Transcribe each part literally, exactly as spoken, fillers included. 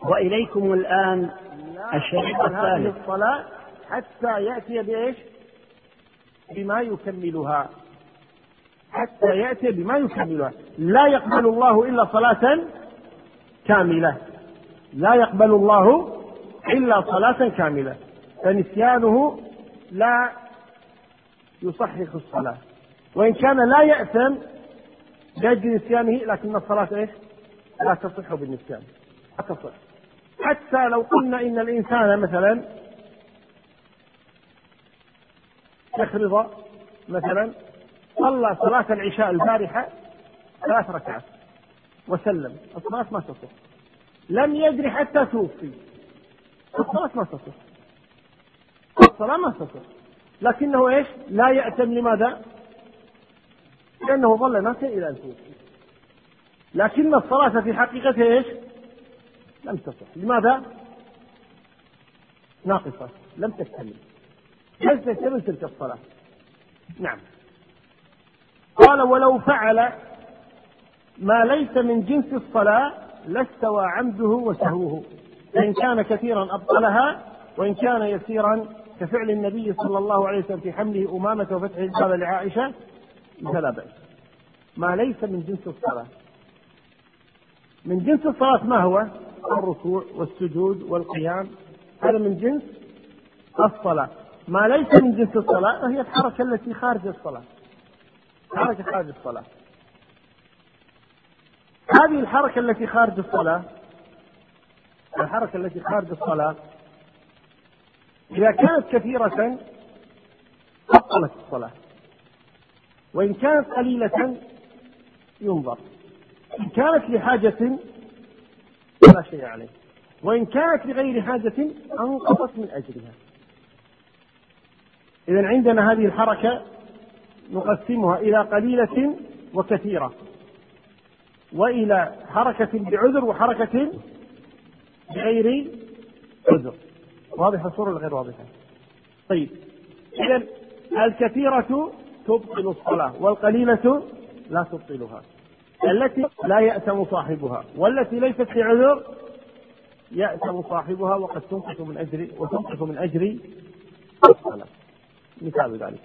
وإليكم الآن الشريط الثالث. الصلاة حتى يأتي بإيش؟ بما يكملها، حتى يأتي بما يكملها. لا يقبل الله إلا صلاة كاملة، لا يقبل الله إلا صلاة كاملة، فنسيانه لا يصحح الصلاة، وإن كان لا يأثم بأجل نسيانه، لكن الصلاة إيش؟ لا تصح بالنسيان، لا تصح. حتى لو قلنا إن الإنسان مثلا يخرض مثلا صلى صلاة العشاء البارحة ثلاث ركعات وسلم، الصلاة ما تصح، لم يدري حتى توفي، الصلاة ما تصح، الصلاة ما تصح، لكنه ايش؟ لا يأتم. لماذا؟ لأنه ظل ناسيا إلى أن توفي، لكن الصلاة في حقيقتها ايش؟ لم تصح. لماذا؟ ناقصة، لم تكتمل، لم تكتمل تلك الصلاة. نعم. قال: ولو فعل ما ليس من جنس الصلاة لاستوى عمده وسهوه، فإن كان كثيرا أبطلها، وإن كان يسيرا كفعل النبي صلى الله عليه وسلم في حمله أمامة وفتح الباب لعائشة فلا بأس. ما ليس من جنس الصلاة، من جنس الصلاة ما هو؟ الركوع والسجود والقيام، هذا من جنس الصلاة. ما ليس من جنس الصلاة فهي الحركة التي خارج الصلاة، حركة خارج الصلاة. هذه الحركة التي خارج الصلاة، الحركة التي خارج الصلاة إذا كانت كثيرة أبطلت الصلاة، وإن كانت قليلة ينظر، إن كانت لحاجة فلا شيء عليه، وإن كانت لغير حاجة أنقصت من أجرها. إذن عندنا هذه الحركة نقسمها إلى قليلة وكثيرة، وإلى حركة بعذر وحركة بغير عذر. واضحة الصورة غير واضحة؟ طيب، إذن الكثيرة تبطل الصلاة والقليلة لا تبطلها، التي لا يأتم صاحبها والتي ليست في عذر يأتم صاحبها، وقد تنقص من أجر وتنقص من أجر الصلاة. مثال ذلك: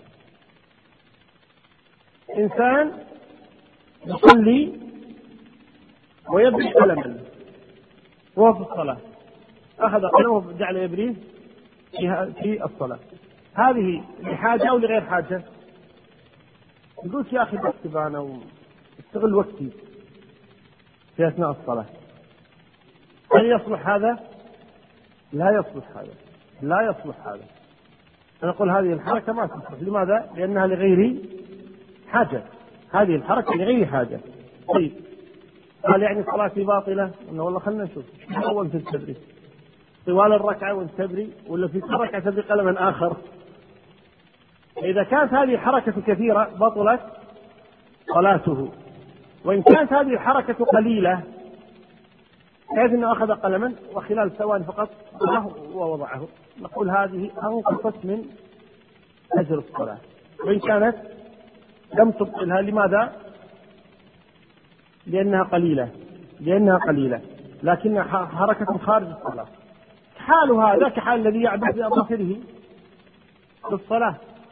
إنسان يصلي ويبري قلما وهو في الصلاة، أخذ قلمه وجعل يبريه في الصلاة، هذه لحاجة أو لغير حاجة؟ يقول: يا أخي بكتب أنا واستغل وقتي في أثناء الصلاة. هل يصلح هذا؟ لا يصلح هذا، لا يصلح هذا. نقول هذه الحركة ما تصلح. لماذا؟ لأنها لغير حاجة، هذه الحركة لغير حاجة. طيب، قال يعني صلاتي باطلة؟ إنه والله خلنا نشوف أول في تبري طوال الركعة وانت تبري، ولا في الركعة تبري قلما آخر. إذا كانت هذه الحركة كثيرة بطلت صلاته، وإن كانت هذه الحركة قليلة كيف أنه أخذ قلما وخلال ثواني فقط ووضعه، نقول هذه أنقصت من أجر الصلاة، وإن كانت لم تبطلها. لماذا؟ لأنها قليلة، لأنها قليلة لكنها حركة خارج الصلاة. حال هذا كحال الذي يعبث بأظافره في الصلاة،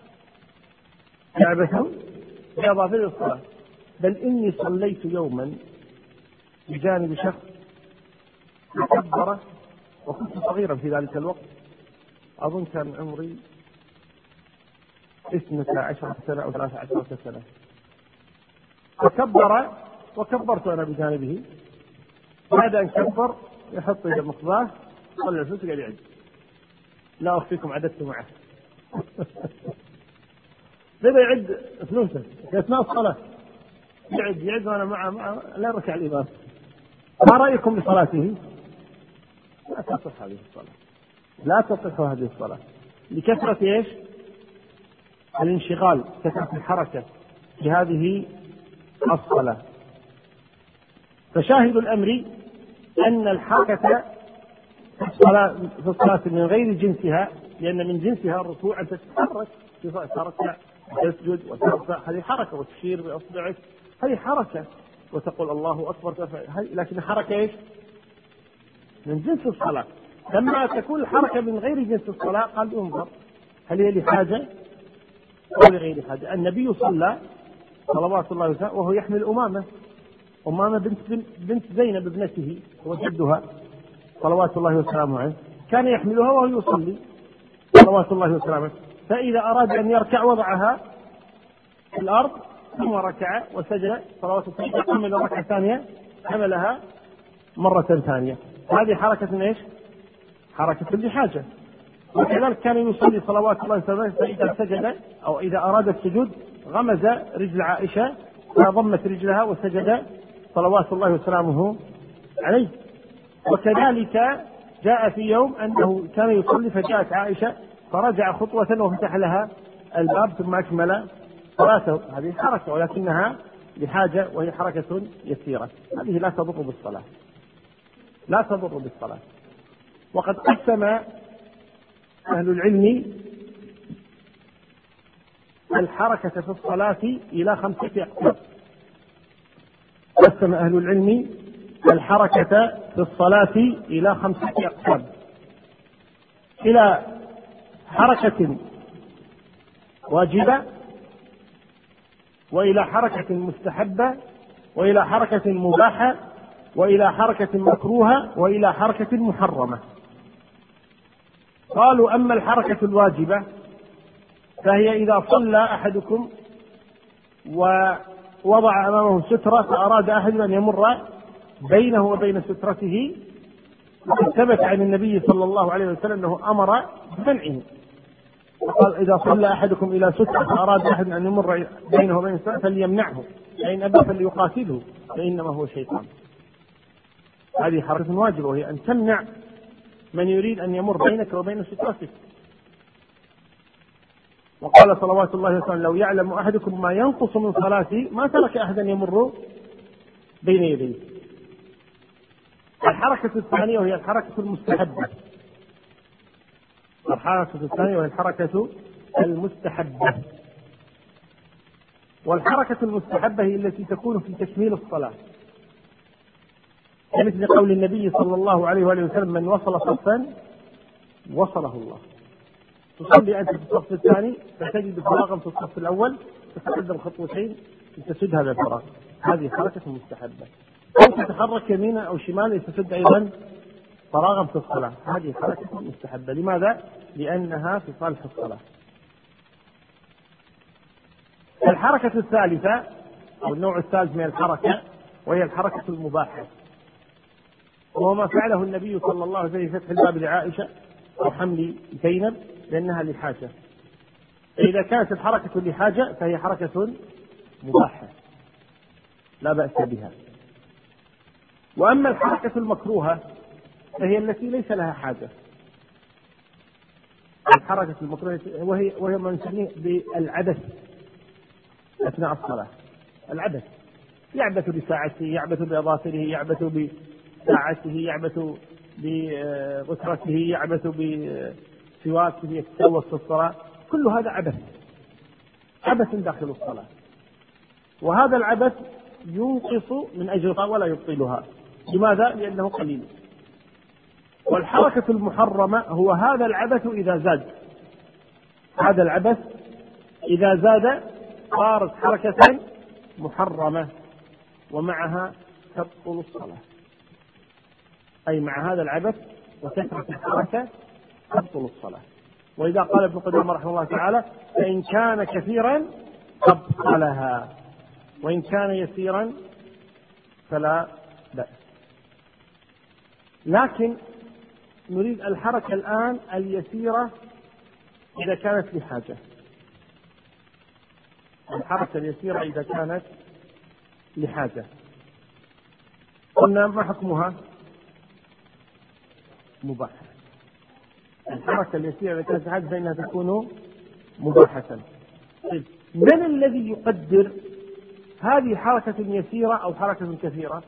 يعبث بأظافره في الصلاة. بل إني صليت يوما بجانب شخص كبر، وكنت صغيرا في ذلك الوقت، أظن كان عمري اثنتا عشرة سنة أو ثلاثة عشرة سنة، فكبر وكبرت أنا بجانبه. بعد أن كبر يحط إلى مصباح طلع الفلوس وقاعد يعد، لا أخفيكم عددت معه بدأ يعد فلوسه في أثناء الصلاة، يعد يعد وأنا معه معه لا ركع الإمام. ما رأيكم بصلاته؟ لا تصح هذه الصلاة، لا تصح هذه الصلاة لكثرة ايش؟ الانشغال، كثرة الحركة في هذه الصلاة. فشاهد الأمر أن الحركة في الصلاة في الصلاة من غير جنسها، لأن من جنسها الركوع أن تتحرك في تركع وتسجد وترفع، هذه حركة، وتشير بأصبعك هذه حركة، وتقول الله أكبر، هذه لكن حركة ايش؟ من جنس الصلاة. لما تكون الحركة من غير جنس الصلاة قال انظر هل هي لحاجة أو لغير حاجة. النبي صلى صلوات الله وسلامه وهو يحمل أمامة، أمامة بنت, بنت زينب ابنته وجدها صلوات الله وسلامه عليه، كان يحملها وهو يصلي صلوات الله وسلامه، فإذا أراد أن يركع وضعها في الأرض ثم ركع وسجد صلوات الله وسلامه، حمل ركعة ثانية حملها مرة ثانية. هذه حركة ايش؟ حركة لحاجة. وكذلك كان يصلي صلوات الله وسلامه فإذا سجد أو إذا أراد السجود غمز رجل عائشة فضمت رجلها وسجد صلوات الله وسلامه عليه. وكذلك جاء في يوم أنه كان يصلي فجاءت عائشة فرجع خطوة وفتح لها الباب ثم أكمل صلاته. هذه حركة ولكنها لحاجة وهي حركة يسيرة، هذه لا تضر بالصلاة، لا تضر بالصلاة. وقد قسم أهل العلم الحركة في الصلاة إلى خمسة أقسام. قسم أهل العلم الحركة في الصلاة إلى خمسة أقسام، إلى حركة واجبة، وإلى حركة مستحبة، وإلى حركة مباحة، وإلى حركة مكروهة، وإلى حركة محرمة. قالوا أما الحركة الواجبة فهي إذا صلى أحدكم ووضع أمامه سترة فأراد أحد أن يمر بينه وبين سترته، ثبت عن النبي صلى الله عليه وسلم أنه أمر بمنعه، وقال إذا صلى أحدكم إلى سترة فأراد أحد أن يمر بينه وبين سترة فليمنعه، فإن أبى فليقاتله فإنما هو شيطان. هذه حركة واجبة وهي أن تمنع من يريد أن يمر بينك وبين سترتك. وقال صلوات الله وسلامه لو يعلم أحدكم ما ينقص من صلاته ما ترك أحدا يمر بين يديه. الحركة الثانية وهي الحركة المستحبة، الحركة الثانية وهي الحركة المستحبة. والحركة المستحبة هي التي تكون في تكميل الصلاة، مثل قول النبي صلى الله عليه وآله وسلم من وصل صفا وصله الله. تصلي أنت في الصف الثاني فتجد فراغا في الصف الأول تتقدم خطوتين لتسد هذا الفراغ، هذه حركة مستحبة. أو تتحرك يمينا أو شمالا لتسد أيضا فراغا في الصلاة، هذه حركة مستحبة. لماذا؟ لأنها في صالح الصلاة. الحركة الثالثة أو النوع الثالث من الحركة وهي الحركة المباحة، وهو ما فعله النبي صلى الله عليه وسلم في فتح الباب لعائشة وحمل زينب لأنها لحاجة. إذا كانت الحركة لحاجة فهي حركة مباحة لا بأس بها. وأما الحركة المكروهة فهي التي ليس لها حاجة. الحركة المكروهة وهي وهي ما نسميه بالعبث أثناء الصلاة. العبث، يعبث بساعته، يعبث بأظافره، يعبث بساعته، يعبث بغترته، يعبث بسواكه، يتسوق في الصلاة، كل هذا عبث، عبث داخل الصلاة. وهذا العبث ينقص من أجرها ولا يبطلها. لماذا؟ لأنه قليل. والحركة المحرمة هو هذا العبث إذا زاد، هذا العبث إذا زاد صارت حركة محرمة ومعها تبطل الصلاة، أي مع هذا العبث وكثرة الحركة تبطل الصلاة. وإذا قال ابن قدامة رحمه الله تعالى فإن كان كثيرا أبطلها وإن كان يسيرا فلا بأس. لكن نريد الحركة الآن اليسيرة إذا كانت لحاجة، الحركة اليسيرة إذا كانت لحاجة. قلنا ما حكمها؟ مباحة. الحركة اليسيرة إذا كانت لحاجة فإنها تكون مباحة. من الذي يقدر هذه حركة يسيرة أو حركة كثيرة؟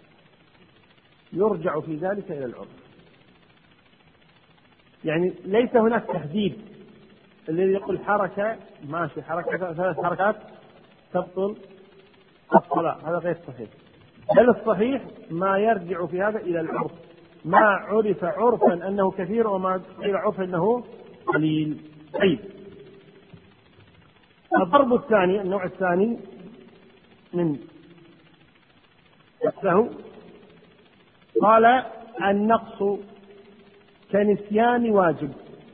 يرجع في ذلك إلى العرف. يعني ليس هناك تحديد الذي يقول حركة ماشي، حركة ثلاث حركات تبطل الصلاة، هذا غير صحيح. بل الصحيح ما يرجع في هذا إلى العرف، ما عرف عرفا أنه كثير وما قيل عرفا أنه قليل. طيب، الضرب الثاني، النوع الثاني من السهو، قال النقص كنسيان واجب.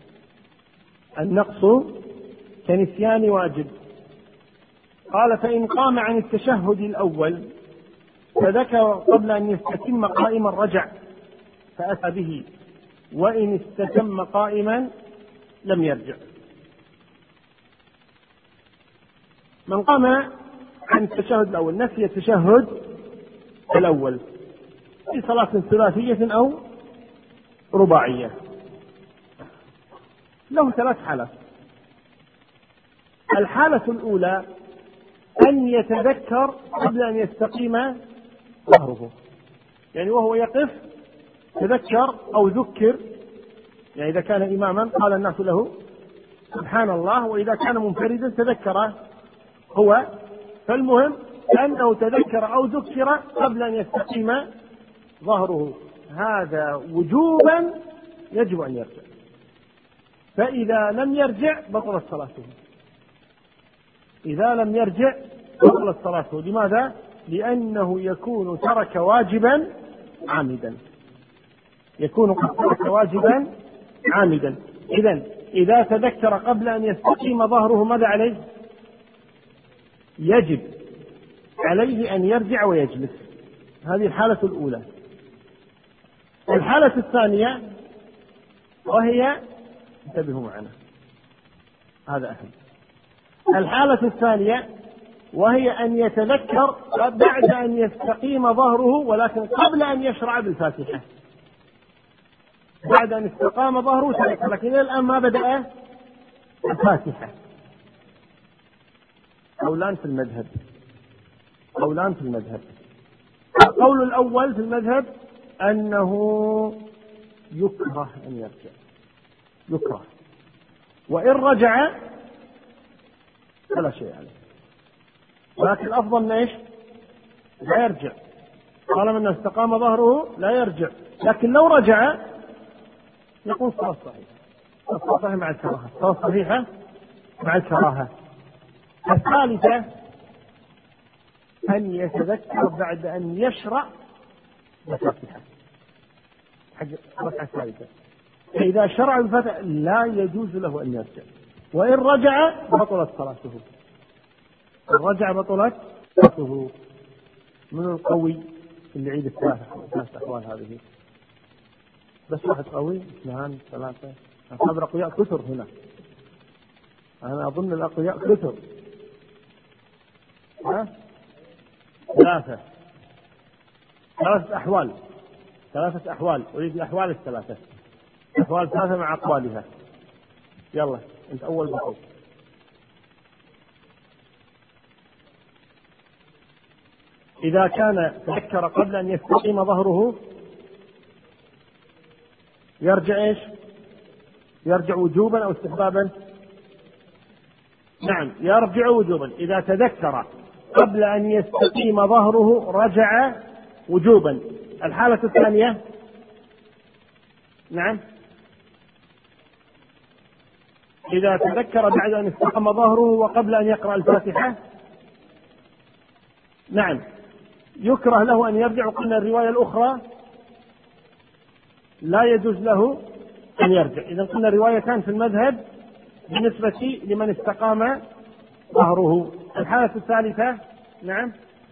النقص كنسيان واجب. قال فإن قام عن التشهد الأول فذكر قبل أن يستتم قائما رجع فأتى به، وإن استتم قائما لم يرجع. من قام عن التشهد الأول، نسي التشهد الأول في صلاة ثلاثية أو رباعية، له ثلاث حالات. الحالة الأولى أن يتذكر قبل أن يستقيم ظهره، يعني وهو يقف تذكر أو ذكر، يعني إذا كان إماما قال الناس له سبحان الله، وإذا كان منفردا تذكر هو، فالمهم أنه تذكر أو ذكر قبل أن يستقيم ظهره، هذا وجوبا يجب أن يرجع. فإذا لم يرجع بطلت صلاته. إذا لم يرجع بطلت صلاته. لماذا؟ لأنه يكون ترك واجبا عامدا، يكون قد ترك واجبا عامدا. إذن إذا تذكر قبل أن يستقيم ظهره ماذا عليه؟ يجب عليه أن يرجع ويجلس. هذه الحالة الأولى. الحالة الثانية وهي، انتبهوا معنا هذا أهم، الحالة الثانية وهي أن يتذكر بعد أن يستقيم ظهره، ولكن قبل أن يشرع بالفاتحة. بعد أن استقام ظهره تذكر، لكن الآن ما بدأ الفاتحة. قولان في المذهب، قولان في المذهب. القول الأول في المذهب أنه يكره أن يرجع، يكره، وإن رجع فلا شيء عليه، ولكن الأفضل ايش؟ لا يرجع. طالما أنه استقام ظهره لا يرجع، لكن لو رجع يقول صلاة صحيحة، صلاة صحيحة مع الكراهة، صلاة صحيحة مع الكراهة. الثالثة أن يتذكر بعد أن يشرع بالفاتحة، حق الركعة الثالثة. فإذا شرع الفاتحة لا يجوز له أن يرجع، وإن رجع بطلت صلاته. إن رجع بطلت صلاته. من القوي اللي يعيد الثلاثة ثلاث أحوال هذه؟ بس واحد قوي، اثنان، ثلاثة. أصحاب الأقوياء كثر هنا، أنا أظن الأقوياء كثر. ها؟ ثلاثة، ثلاثة أحوال، ثلاثة أحوال، أريد الأحوال الثلاثة، أحوال ثلاثة مع أقوالها. يلا أنت أول بطل. إذا كان تذكر قبل أن يستقيم ظهره يرجع إيش؟ يرجع وجوبا أو استحبابا؟ نعم، يرجع وجوبا. إذا تذكر قبل أن يستقيم ظهره رجع وجوبا. الحالة الثانية نعم، إذا تذكر بعد أن استقام ظهره وقبل أن يقرأ الفاتحة نعم يكره له أن يرجع. وقلنا الرواية الأخرى لا يجوز له أن يرجع. إذا قلنا روايتان في المذهب بالنسبة لمن استقام ظهره. الحالة الثالثة نعم،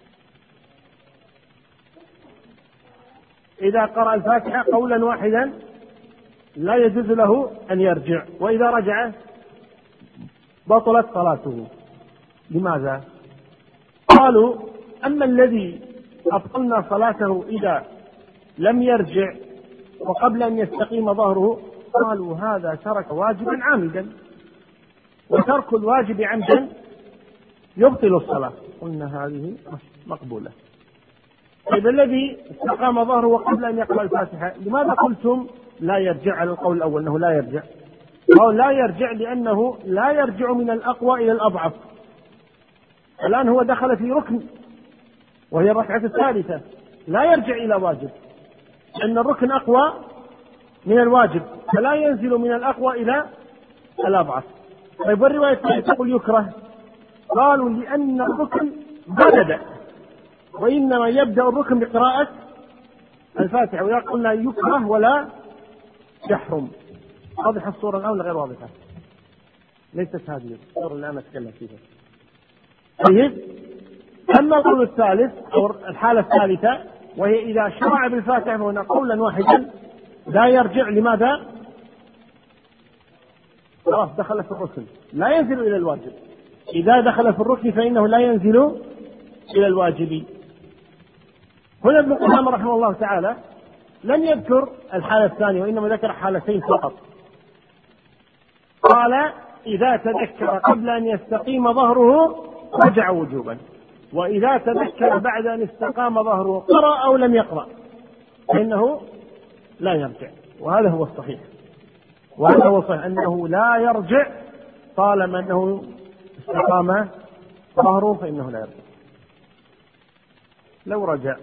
إذا قرأ الفاتحة قولا واحدا لا يجوز له أن يرجع، وإذا رجع بطلت صلاته. لماذا؟ قالوا أما الذي أبطلنا صلاته إذا لم يرجع وقبل أن يستقيم ظهره، قالوا هذا ترك واجبا عامدا، وترك الواجب عمدا يبطل الصلاة. قلنا هذه مقبولة. طيب الذي استقام ظهره وقبل أن يقرأ الفاتحة، لماذا قلتم لا يرجع على القول الأول أنه لا يرجع؟ أو لا يرجع لأنه لا يرجع من الأقوى إلى الأضعف. الآن هو دخل في ركن وهي الركعة الثالثة، لا يرجع إلى واجب، أن الركن أقوى من الواجب، فلا ينزل من الأقوى إلى الأضعف. طيب والرواية تقول يكره، قالوا لأن الركن بدأ، وإنما يبدأ الركن بقراءة الفاتحة، وإذا قلنا يكره ولا يحرم. واضحة الصورة الآن ولا غير واضحة؟ ليست هذه الصورة اللي أنا أتكلم فيها. طيب، أما القول الثالث أو الحالة الثالثة وهي إذا شرع بالفاتحة هنا قولا واحدا لا يرجع، لماذا؟ خلاص دخل في الركن لا ينزل إلى الواجب. إذا دخل في الركن فإنه لا ينزل إلى الواجب. هنا ابن قدامة رحمه الله تعالى لم يذكر الحالة الثانية، وإنما ذكر حالتين فقط. قال إذا تذكر قبل أن يستقيم ظهره رجع وجوبا، وإذا تذكر بعد أن استقام ظهره قرأ أو لم يقرأ فإنه لا يرجع. وهذا هو الصحيح، وهذا هو الصحيح أنه لا يرجع طالما أنه استقام ظهره فإنه لا يرجع. لو رجع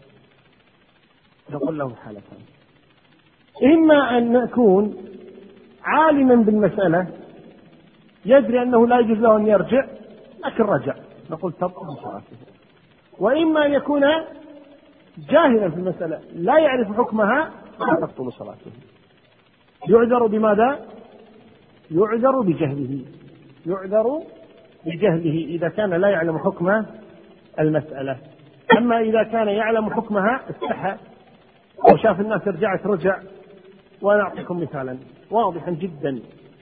نقول له حالتان: إما أن نكون عالما بالمسألة يدري أنه لا يجوز له أن يرجع لكن رجع، نقول تبطل صلاته. وإما أن يكون جاهلا في المسألة لا يعرف حكمها لا تبطل صلاته. يعذر بماذا؟ يعذر بجهله، يعذر بجهله إذا كان لا يعلم حكم المسألة. أما إذا كان يعلم حكمها استحى وشاف الناس رجعت رجع. وأنا أعطيكم مثالا واضحا جدا.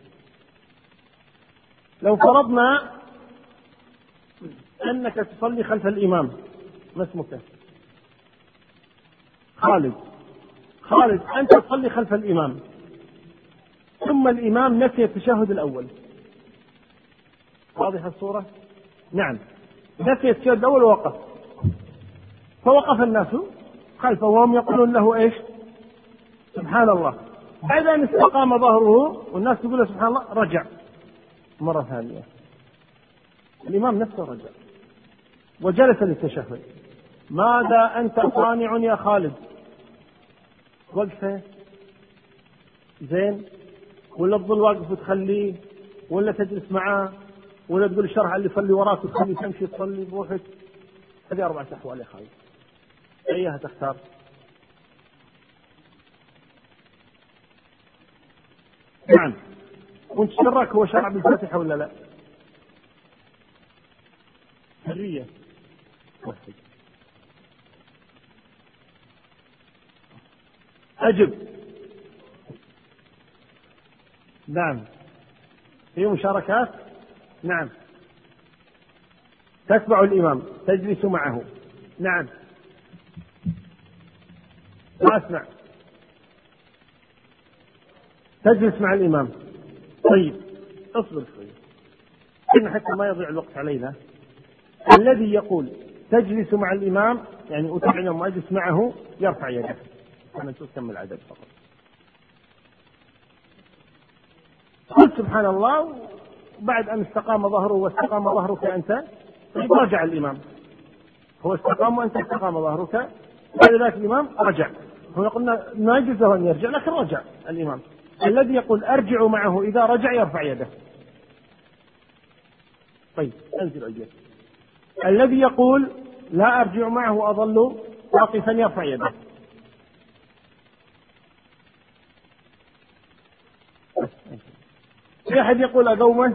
لو فرضنا أنك تصلي خلف الإمام، ما اسمك؟ خالد. خالد أنت تصلي خلف الإمام، ثم الإمام نسي التشهد الأول. واضحة الصورة؟ نعم، نسي التشهد الأول ووقف، فوقف الناس خلفه وهم يقولون له إيش؟ سبحان الله. بعد أن استقام ظهره والناس تقول له سبحان الله رجع مرة ثانية. الإمام نفسه رجع وجلس للتشهد. ماذا أنت صانع يا خالد؟ وقفه زين، ولا تظل واقف وتخليه، ولا تجلس معاه، ولا تقول الشرح اللي يصلي وراك وتخليه تمشي تصلي بروحك؟ هذه أربعة أحوال يا خالد، أيها تختار؟ نعم. وانت شرك هو شرع بالفاتحة ولا لا؟ حرية. أجب. نعم. في مشاركات؟ نعم. تتبع الإمام، تجلس معه. نعم. لا أسمع. تجلس مع الإمام. طيب اصبر شوي إن حتى ما يضيع الوقت علينا. الذي يقول تجلس مع الإمام يعني أتابع الإمام وأجلس معه يرفع يده، أنا تكمل العدد فقط. قل سبحان الله بعد أن استقام ظهره واستقام ظهرك أنت، رجع الإمام. هو استقام وأنت استقام ظهرك، بعد ذلك الإمام رجع. هو قلنا ما يجوز له أن يرجع لكن رجع الإمام. الذي يقول أرجع معه إذا رجع يرفع يده. طيب أنزل أجل. الذي يقول لا أرجع معه وأظل واقفا يرفع يده. في أحد يقول أقومه؟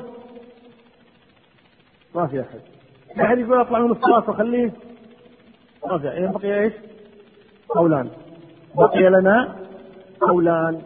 ما في أحد. في أحد يقول أطلع من الصلاة وخليه؟ ما في. إيه بقي إيش؟ قولان. بقي لنا قولان.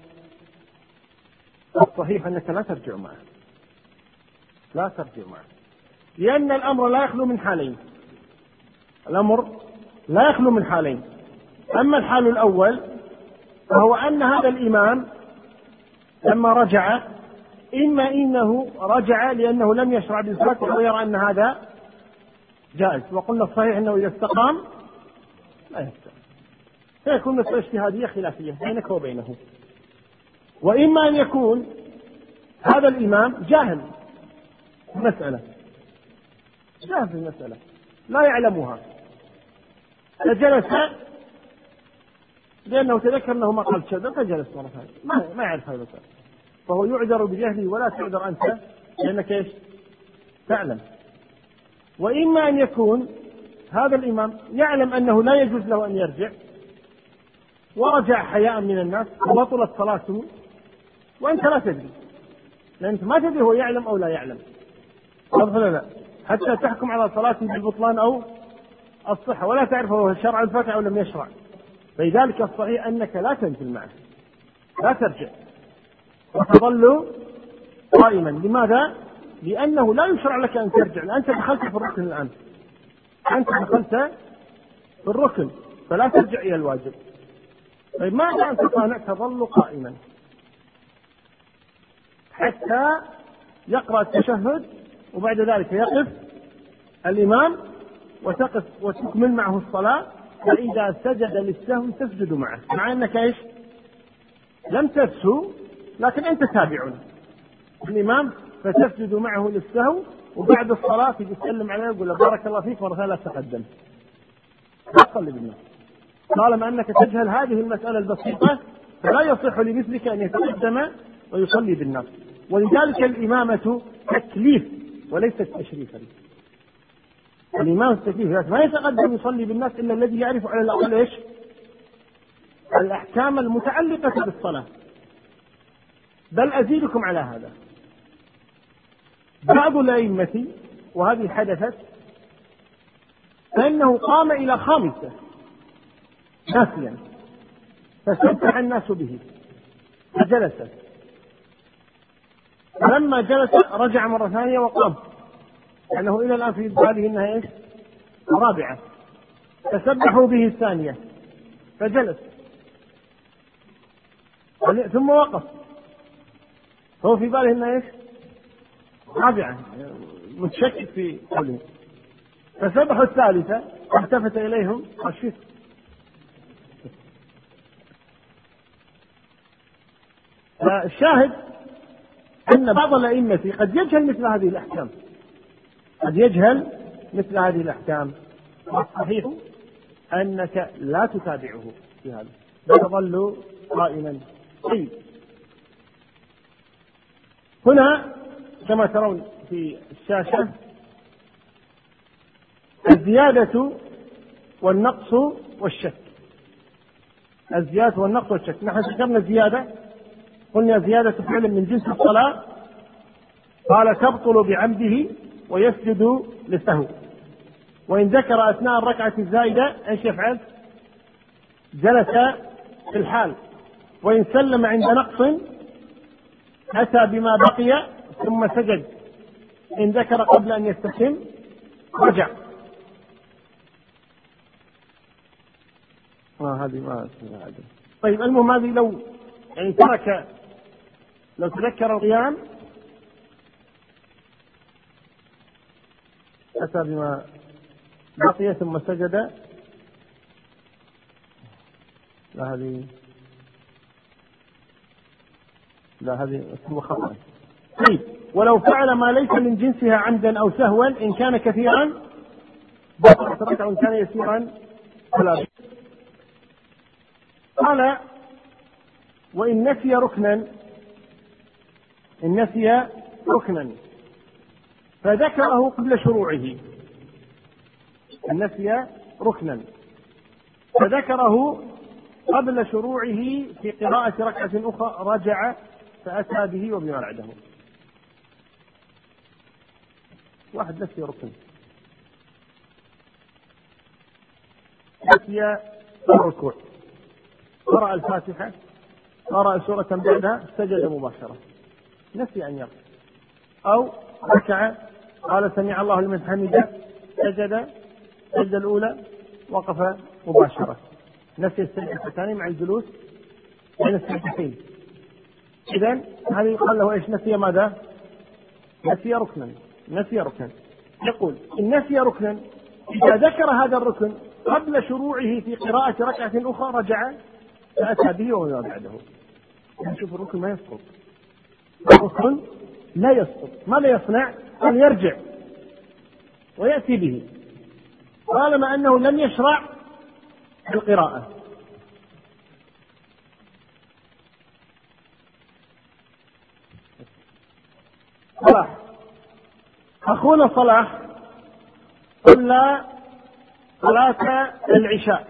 الصحيح أنك لا ترجع معه، لا ترجع معه، لأن الأمر لا يخلو من حالين. الأمر لا يخلو من حالين. أما الحال الأول فهو أن هذا الإمام لما رجع إما إنه رجع لأنه لم يشرع بالفاتحة ويرى أن هذا جائز، وقلنا الصحيح أنه إذا استقام لا يستقيم، فيكون مسألة اجتهادية خلافية بينك وبينه. وإما أن يكون هذا الإمام جاهل في المسألة، جاهل في المسألة لا يعلمها، فجلس لأنه تذكر أنه ما قال شذا فجلس مرة ثانية، ما ما يعرف هذا الشيء، فهو يعذر بجهله ولا تعذر أنت لأنك إيش تعلم. وإما أن يكون هذا الإمام يعلم أنه لا يجوز له أن يرجع ورجع حياء من الناس وبطلت صلاته وأنت لا تدري، لأنك ما تدري هو يعلم أو لا يعلم، لا لا حتى تحكم على صلاته بالبطلان أو الصحة ولا تعرف هو شرع الفتح أو لم يشرع. فلذلك الصحيح أنك لا تنزل معه، لا ترجع وتظل قائما. لماذا؟ لأنه لا يشرع لك أن ترجع، أنت دخلت في الركن الآن، أنت دخلت في الركن فلا ترجع إلى الواجب. طيب ماذا أنت صانع؟ تظل قائما حتى يقرأ التشهد وبعد ذلك يقف الإمام وتقف وتكمل معه الصلاة. فإذا سجد للسهو تسجد معه، مع أنك إيش لم تسهو لكن أنت تابع الإمام، فتسجد معه للسهو وبعد الصلاة تسلم عليه ويقول له بارك الله فيك مرة ثانية تقدم لا تصلي بالناس. طالما أنك تجهل هذه المسألة البسيطة فلا يصح لمثلك أن يتقدم ويصلي بالناس. ولذلك الإمامة تكليف وليست تشريفا. الإمام تكليف، ما يتقدم يصلي بالناس إلا الذي يعرف على الأقل إيش الأحكام المتعلقة بالصلاة. بل أزيدكم على هذا، بعض الأئمة وهذه حدثت فإنه قام إلى خامسة ناسيا فسبح الناس به فجلس، فلما جلس رجع مرة ثانية وقام، لأنه إلى الآن في هذه إنها إيش رابعة، فسبحوا به الثانية فجلس ثم وقف، هو في باله إنها إيش رابعة متشكك في قوله، فسبحوا الثالثة والتفت إليهم خشيت. الشاهد أن بعض الأئمة قد يجهل مثل هذه الأحكام، قد يجهل مثل هذه الأحكام، والصحيح أنك لا تتابعه في هذا بل تظل قائما. طيب هنا كما ترون في الشاشة الزيادة والنقص والشك، الزيادة والنقص والشك. نحن ذكرنا الزيادة، قلنا زيادة فعل من جنس الصلاة، قال تبطل بعمده ويسجد للسهو، وإن ذكر أثناء الركعة الزائدة ايش يفعل؟ جلس في الحال، وإن سلم عند نقص أتى بما بقي ثم سجد، إن ذكر قبل أن يستتم رجع. آه هذه ما أسمع. طيب المهم هذه لو يعني ترك، لو تذكر القيام أتى بما بقي ثم سجد، لا هذه لا هذه هو خطأ. طيب ولو فعل ما ليس من جنسها عمدا أو سهوا إن كان كثيرا بطلت ركعة وإن كان يسيرا فلا. قال وإن نسي ركنا، إن نسي ركنا فذكره قبل شروعه، إن نسي ركنا فذكره قبل شروعه في قراءة ركعة أخرى رجع فأتى به وبما بعده. واحد نسي ركن، نسي الركوع، قرأ الفاتحة، قرأ سورة بعدها سجد مباشرة، نسي أن يركع، أو ركع قال سمع الله لمن حمده سجد السجدة الأولى وقف مباشرة، نسي السجدة الثانية مع الجلوس بين السجدتين. إذن هذا يقال له إيش؟ نسي ماذا؟ نسي ركنا، نسي ركنا. يقول إن نسي ركنا إذا ذكر هذا الركن قبل شروعه في قراءة ركعة أخرى رجع فأتى به وما بعده. نشوف الركن ما يسقط، الركن لا يسقط، ماذا يصنع؟ قال يرجع ويأتي به طالما أنه لم يشرع القراءة. صلاح أخونا صلاح صلى صلاة العشاء،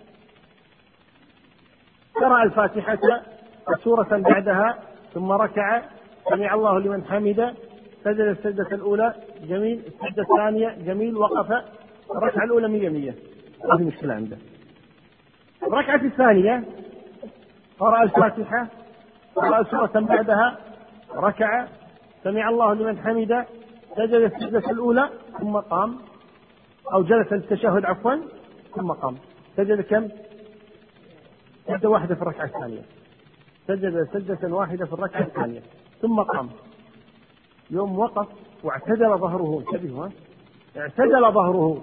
قرأ الفاتحة وسورة بعدها ثم ركع سمع الله لمن حمده، سجد السجدة الأولى جميل، السجدة الثانية جميل، وقف الركعة الأولى مية مية ما في مشكلة عنده. الركعة الثانية قرأ الفاتحة، قرأ سورة بعدها، ركع سمع الله لمن حمده، سجد السجدة الأولى ثم قام، أو جلس التشهد عفوا ثم قام. سجد كم؟ سجدة واحدة في الركعة الثانية، سجد سجدة واحدة في الركعة الثانية ثم قام. يوم وقف واعتدل ظهره، انتبهوا اعتدل ظهره،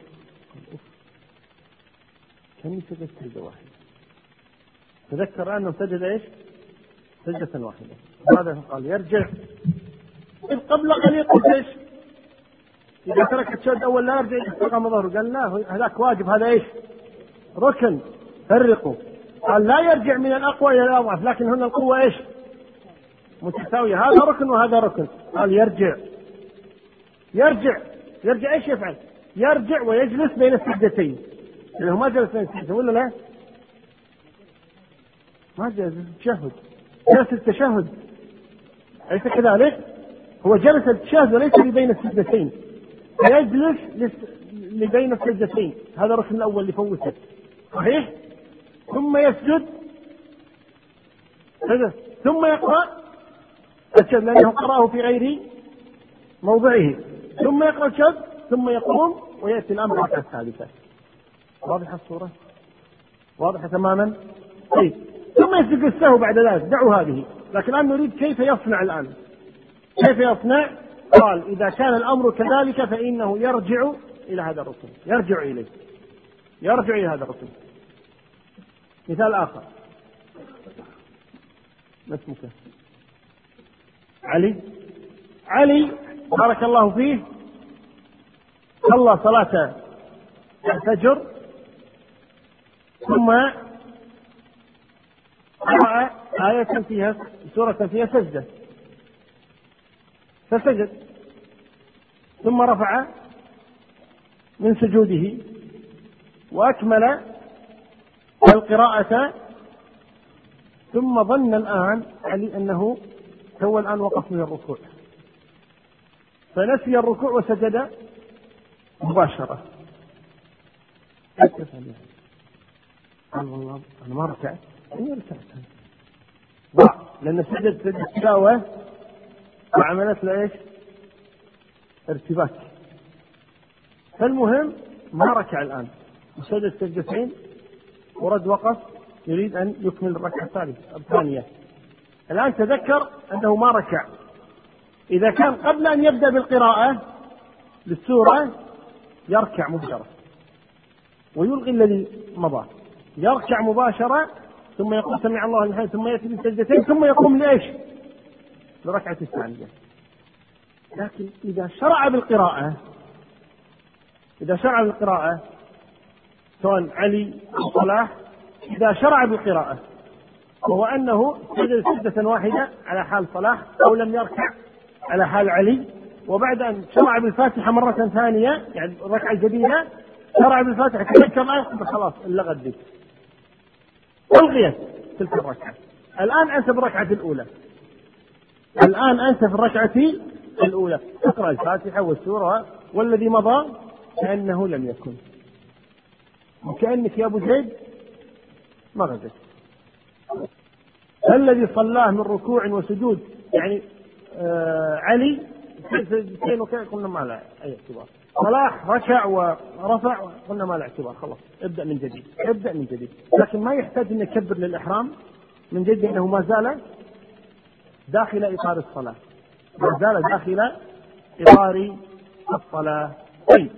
كم سجد سجدة واحدة؟ تذكر أنه سجد إيش؟ سجدة واحدة. هذا قال يرجع. إذ قبل قليل قلت إيش؟ إذا ترك التشهد الأول لا يرجع استقام ظهره، قال لا هذاك واجب، هذا إيش؟ ركن، فرقوا. قال لا يرجع من الأقوى إلى الأضعف، لكن هنا القوة إيش؟ متساوية، هذا ركن وهذا ركن. قال يرجع يرجع يرجع إيش يفعل؟ يرجع ويجلس بين السجدتين، اللي هو ما جلس بين السجدتين ولا لا؟ ما جلس التشهد، جلس التشهد أليس كذلك؟ هو جلس التشهد وليس لبين السجدتين، يجلس لبين السجدتين، هذا الركن الأول اللي فوته صحيح؟ ثم يسجد ثم يقرأ الشهد لأنه قرأه في غير موضعه، ثم يقرأ الشهد ثم يقوم ويأتي الأمر الركعة الثالثة. واضحة الصورة؟ واضحة تماما؟ طيب ثم يسجد السهو بعد ذلك، دعوا هذه. لكن الآن نريد كيف يصنع الآن، كيف يصنع؟ قال إذا كان الأمر كذلك فإنه يرجع إلى هذا الركن، يرجع إليه، يرجع إلى هذا الركن. مثال آخر، ما اسمك؟ علي. علي بارك الله فيه صلى صلاة الفجر ثم قرأ آية فيها سورة فيها سجدة فسجد، ثم رفع من سجوده وأكمل القراءة، ثم ظن الآن علي أنه هو الآن وقف من الركوع، فنسي الركوع وسجد مباشرة. قال والله أنا ما ركعت، أنا ركعت ضاع، لأن سجد سجد التلاوة وعملت له إيش؟ ارتباك. فالمهم ما ركع الآن، وسجد سجدتين ورد وقف، يريد أن يكمل الركعة الثالثة الثانية. الآن تذكر أنه ما ركع. إذا كان قبل أن يبدأ بالقراءة للسورة يركع مباشرة ويلغي الذي مضى، يركع مباشرة ثم يقول سمع الله لمن حمده ثم يأتي بالسجدتين ثم يقوم لإيش؟ لركعة الثانية. لكن إذا شرع بالقراءة إذا شرع بالقراءة سواء علي أو صلاح، إذا شرع بالقراءة وهو أنه سجد سجدة واحدة على حال صلاح أو لم يركع على حال علي، وبعد أن شرع بالفاتحة مرة ثانية يعني الركعة الجديدة شرع بالفاتحة تذكر الآية خلاص اللغة دي ألغيت تلك الركعة. الآن أنت بالركعة الأولى الآن أنت في الركعة الأولى تقرأ الفاتحة والسورة والذي مضى كأنه لم يكن، وكأنك يا أبو زيد ما غزت. الذي صلاه من ركوع وسجود يعني آه علي سجدتين وكذا قلنا ما له أي اعتبار، صلاح ركع ورفع قلنا ما له اعتبار، خلاص ابدأ من جديد ابدأ من جديد. لكن ما يحتاج أن يكبر للإحرام من جديد، أنه ما زال داخل إطار الصلاة، ما زال داخل إطار الصلاة. طيب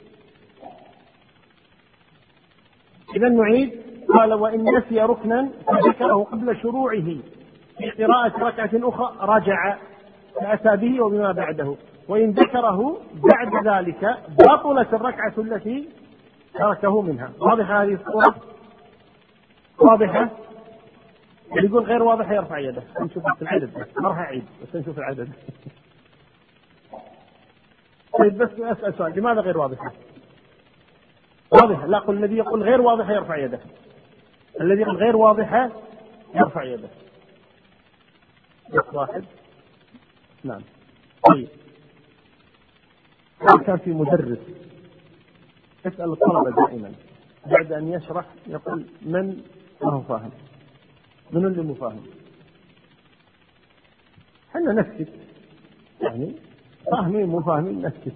إذا نعيد. قال وإن نسي ركنا فذكره قبل شروعه في قراءة ركعة أخرى رجع فأتى به وبما بعده، وإن ذكره بعد ذلك بطلت الركعة التي تركه منها. واضحة هذه الصورة؟ واضحة؟ اللي يقول غير واضحة يرفع يده، نشوف العدد، ما راح أعيد بس نشوف العدد. طيب بس أسأل سؤال، لماذا غير واضحة؟ واضحة. لا، قل الذي يقول غير واضحة يرفع يده. الذي يقول غير واضحة يرفع يده. واحد. نعم. طيب كان في مدرس يسأل الطلبة دائما بعد أن يشرح يقول من ما هو فاهم؟ من اللي مو فاهم؟ حنا نسكت، يعني فاهمين مو فاهمين نسكت.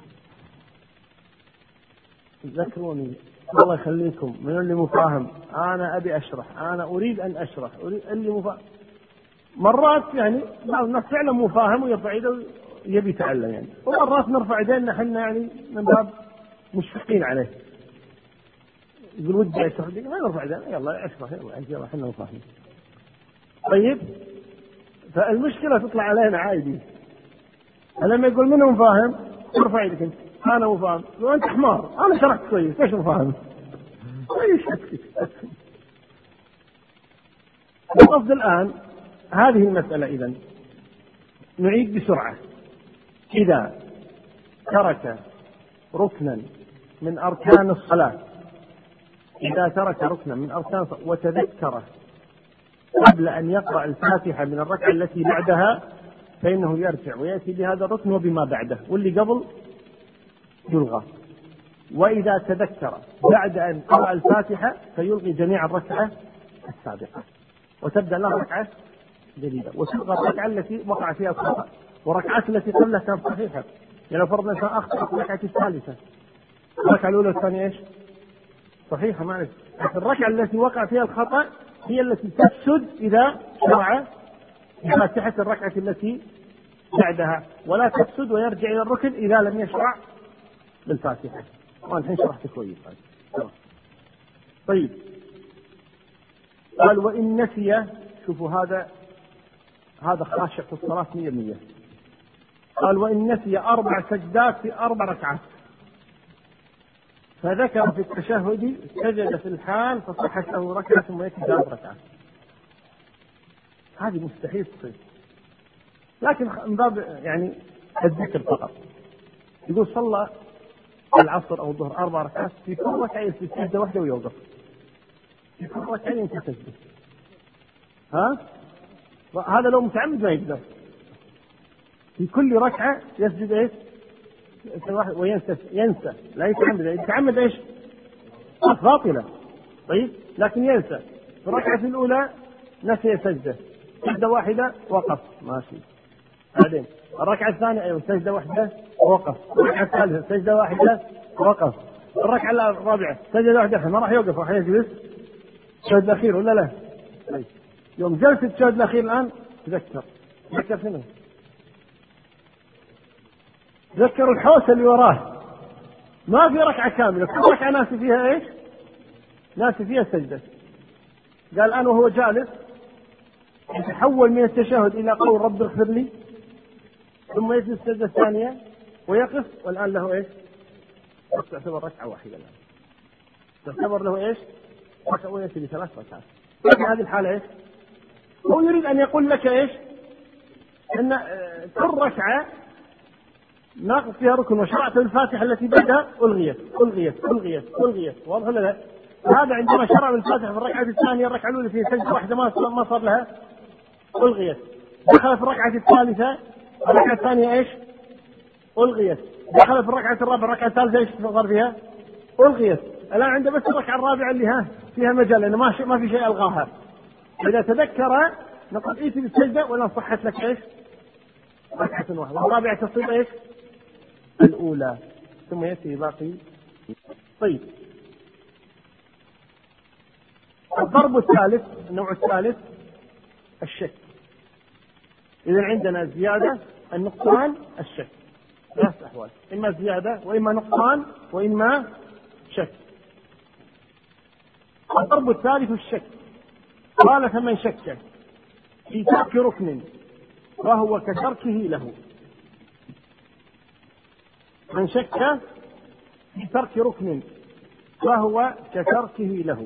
ذكروني الله يخليكم، من اللي مو فاهم؟ أنا أبي أشرح، أنا أريد أن أشرح، أريد اللي مو فاهم. مرات يعني بعض الناس فعلا مو فاهم ويرفع يده يبي يتعلم يعني، ومرات نرفع يدينا حنا يعني من باب مشفقين عليه. يقول ودي أشرح، ما نرفع يدينا، يلا اشرح يلا أنت يلا حنا مو فاهمين. طيب فالمشكلة تطلع علينا عادي. لما يقول منهم فاهم ارفع يدك انت، انا مو فاهم، لو انت حمار انا شرحت كويس ليش مو فاهم؟ ايش القصد الان هذه المسألة. اذا نعيد بسرعة. اذا ترك ركنا من اركان الصلاة، اذا ترك ركنا من اركان الصلاة وتذكره قبل ان يقرأ الفاتحة من الركعة التي بعدها فإنه يرجع ويأتي بهذا الركن وبما بعده، واللي قبل يلغى. وإذا تذكر بعد أن قرأ الفاتحة فيلغي جميع الركعة السابقة وتبدأ له ركعة جديدة، وتلغى الركعة التي وقع فيها الخطأ، والركعات التي قبلها كانت صحيحة. يعني لو فرضنا إنسان أخطأ في الركعة الثالثة، الركعة الأولى والثانية إيش؟ صحيحة معلش، لكن الركعة التي وقع فيها الخطأ هي التي تفسد إذا شرع بفاتحة الركعة التي بعدها، ولا تفسد ويرجع إلى الركن إذا لم يشرع بالفاتحة. وأنا الحين شرحت كويس. طيب قال وإن نسي، شوفوا هذا هذا خاشع في الصلاة مية مية. قال وإن نسي أربع سجدات في أربع ركعات فذكر في التشهد سجد في الحال فصحت له ركعة ثم يكفي ثلاث ركعات. هذه مستحيل تصير، لكن من باب يعني الذكر فقط. يقول صلى العصر أو الظهر أربع ركعات، في كل ركعة يسجد سجدة واحدة ويوقف، في كل ركعة ينسى سجدة. ها؟ هذا لو متعمد ما يقدر. في كل ركعة يسجد إيش؟ وينسى، ينسى لا يتعمد. يتعمد إيش؟ باطلة. طيب لكن ينسى. في الركعة الأولى نسي سجدة، سجدة واحدة وقف ماشي. بعدين الركعة الثانية أيوة سجدة واحدة وقف، الركعة الثالثة سجدة واحدة وقف، الركعة الرابعة سجدة واحدة ما راح يوقف، راح يجلس الشهد الأخير ولا لا؟ طيب يوم جلس الشهد الأخير الآن تذكر، تذكر شنو؟ تذكر الحوسة اللي وراه. ما في ركعة كاملة، كل ركعة ناسي فيها إيش؟ ناسي فيها سجدة. قال الآن وهو جالس يتحول من التشهد إلى قول رب اغفر لي، ثم يجلس السجدة الثانية ويقف، والآن له إيش؟ تعتبر ركعة واحدة الآن، تعتبر له إيش؟ ركعة ويأتي بثلاث ركعات. في هذه الحالة إيش؟ هو يريد أن يقول لك إيش؟ أن كل ركعة ناقص فيها ركن وشرعت الفاتحة التي بعدها ألغيت ألغيت ألغيت ألغيت. واضح ولا لا؟ هذا عندما شرع الفاتحة في الركعة الثانية الركعة الأولى فيها سجدة واحدة ما ما صار لها ألغيت، دخل في الركعة الثالثة الركعة الثانية إيش؟ ألغيت، دخل في الركعة الرابعة الركعة الثالثة إيش صار فيها؟ ألغيت. الآن عنده بس الركعة الرابعة اللي ها فيها مجال لأنه ما ما في شيء ألغاها. إذا تذكر نقول إيتي بالسجدة ولا صحت لك إيش؟ ركعة واحدة، والرابعة تصير إيش؟ الأولى، ثم يأتي باقي. طيب الضرب الثالث، النوع الثالث الشك. إذا عندنا زيادة النقصان الشك، ثلاث أحوال، إما زيادة وإما نقصان وإما شك. الضرب الثالث الشك. قال فمن شك في ترك ركن فهو كتركه له. من شك في ترك ركن فهو كتركه له،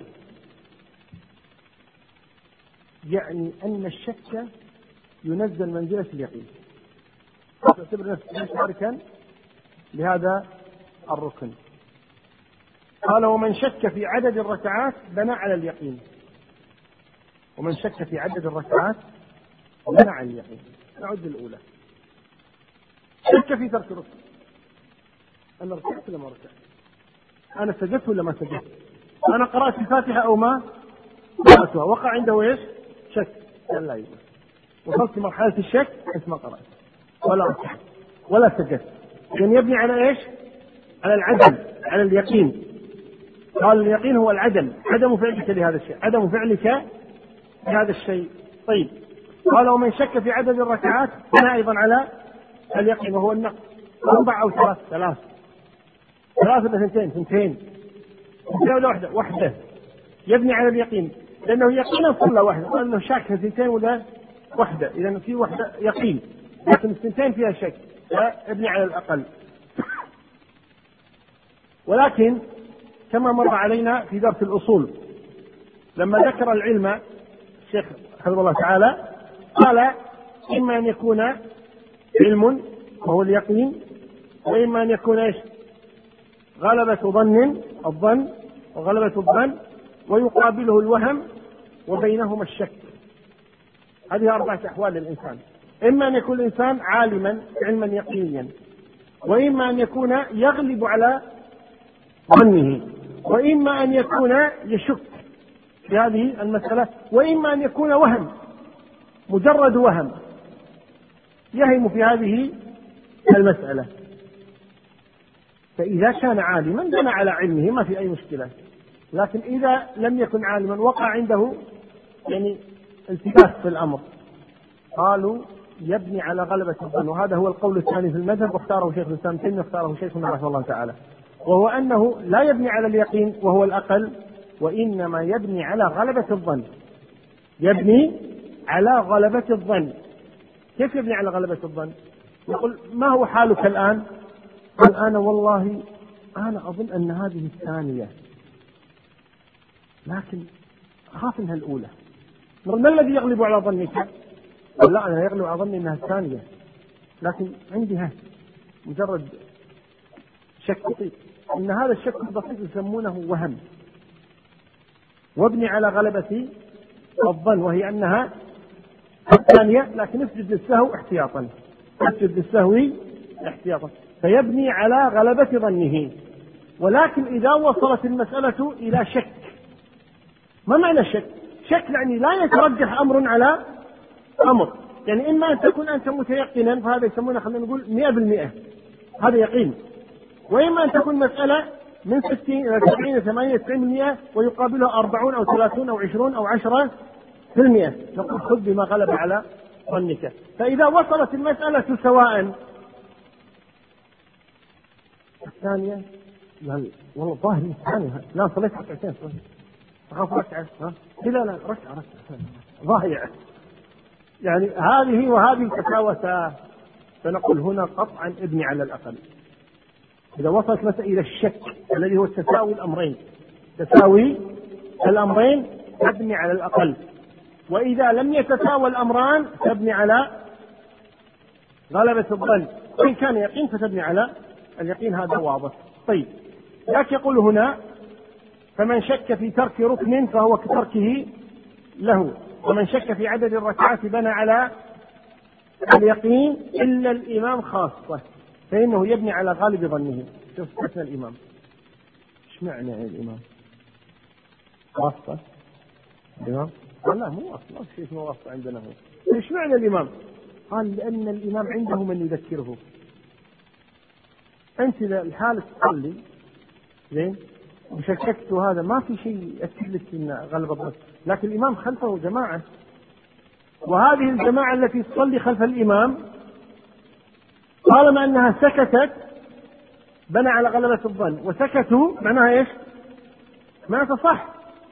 يعني أن الشك ينزل منزلة اليقين. تعتبر نفسك تاركا لهذا الركن. قال ومن شك في عدد الركعات بنى على اليقين. ومن شك في عدد الركعات بنى على اليقين. نعد الأولى. شك في ترك الركن. أنا ركعت ولا ما ركعت؟ أنا سجدت ولا ما سجدت؟ أنا قرأت الفاتحة أو ما قرأتها؟ وقع عنده إيش؟ شك. لا يقول وصلت مرحلة الشك أنت ما قرأت ولا ركعت ولا سجدت. يعني يبني على إيش؟ على العدم، على اليقين. قال اليقين هو العدم، عدم فعلك لهذا الشيء، عدم فعلك لهذا الشيء. طيب قال ومن شك في عدد الركعات بنى أيضا على اليقين وهو النقص. أربع أو ثلاث؟ ثلاث. ثلاثة ولا ثنتين؟ ثنتين. ولا واحدة؟ واحدة. يبني على اليقين لأنه يقينا صلى واحدة، قال أنه شاك في ثنتين ولا واحدة، إذا في واحدة يقين، لكن الثنتين فيها شك، فابني على الأقل. ولكن كما مر علينا في درس الأصول لما ذكر العلم الشيخ حفظه الله تعالى قال إما أن يكون علم وهو اليقين، وإما أن يكون إيش؟ غلبة ظن، الظن وغلبة الظن، ويقابله الوهم، وبينهما الشك. هذه أربعة أحوال للإنسان. إما أن يكون الإنسان عالما علما يقينيا، وإما أن يكون يغلب على ظنه، وإما أن يكون يشك في هذه المسألة، وإما أن يكون وهم، مجرد وهم يهم في هذه المسألة. فإذا كان عالما بنى على علمه ما في أي مشكلة، لكن إذا لم يكن عالما وقع عنده يعني التباس في الأمر قالوا يبني على غلبة الظن. وهذا هو القول الثاني في المذهب، واختاره شيخ الإسلام تيمية، واختاره شيخنا رحمه الله تعالى، وهو أنه لا يبني على اليقين وهو الأقل، وإنما يبني على غلبة الظن. يبني على غلبة الظن. كيف يبني على غلبة الظن؟ يقول ما هو حالك الآن؟ قال أنا والله أنا أظن أن هذه الثانية، لكن أخاف أنها الأولى. ما الذي يغلب على ظنك؟ قال لا أنا يغلب على ظني أنها الثانية، لكن عندي ها مجرد شك بسيط. إن هذا الشك البسيط يسمونه وهم. وابني على غلبة الظن وهي أنها الثانية، لكن اسجد للسهو احتياطا، اسجد للسهو احتياطا، فيبني على غلبة ظنه. ولكن إذا وصلت المسألة إلى شك، ما معنى الشك؟ شك يعني لا يترجح أمر على أمر، يعني إما أن تكون أنت متيقنا فهذا يسمونه خلينا نقول مئة بالمئة، هذا يقين، وإما أن تكون مسألة من ستين إلى سبعين إلى ثمانية تسعين بالمئة ويقابلها أربعون أو ثلاثون أو عشرون أو عشرة في المئة، نقول خذ بما غلب على ظنك. فإذا وصلت المسألة سواء الثانية لا والله ظاهر الثانية لا صليت ركعتين أخاف ركعة لا لا ركعة ركعة ضايع، يعني هذه وهذه تساوتا، فنقول هنا قطعا ابني على الأقل. إذا وصلت مثلا إلى الشك الذي هو تساوي الأمرين، تساوي الأمرين تبني على الأقل، وإذا لم يتساوى الأمران تبني على غلبة الظن، وإن كان يقين فتبني على اليقين، هذا واضح. طيب لكن يقول هنا فمن شك في ترك ركن فهو كتركه له، ومن شك في عدد الركعات بنى على اليقين إلا الإمام خاصة فإنه يبني على غالب ظنه. شوف استثنى الإمام، ايش معنى يعني الإمام خاصة؟ الإمام قال لا مو أصلا ما في شيء اسمه واسطة عندنا هو. ايش معنى الإمام؟ قال لأن الإمام عنده من يذكره. أنت إذا الحالة تصلي زين وشككت هذا ما في شيء يأكد لك إن غلب الظن، لكن الإمام خلفه جماعة، وهذه الجماعة التي تصلي خلف الإمام طالما أنها سكتت بنى على غلبة الظن، وسكتوا معناها إيش؟ معناها صح،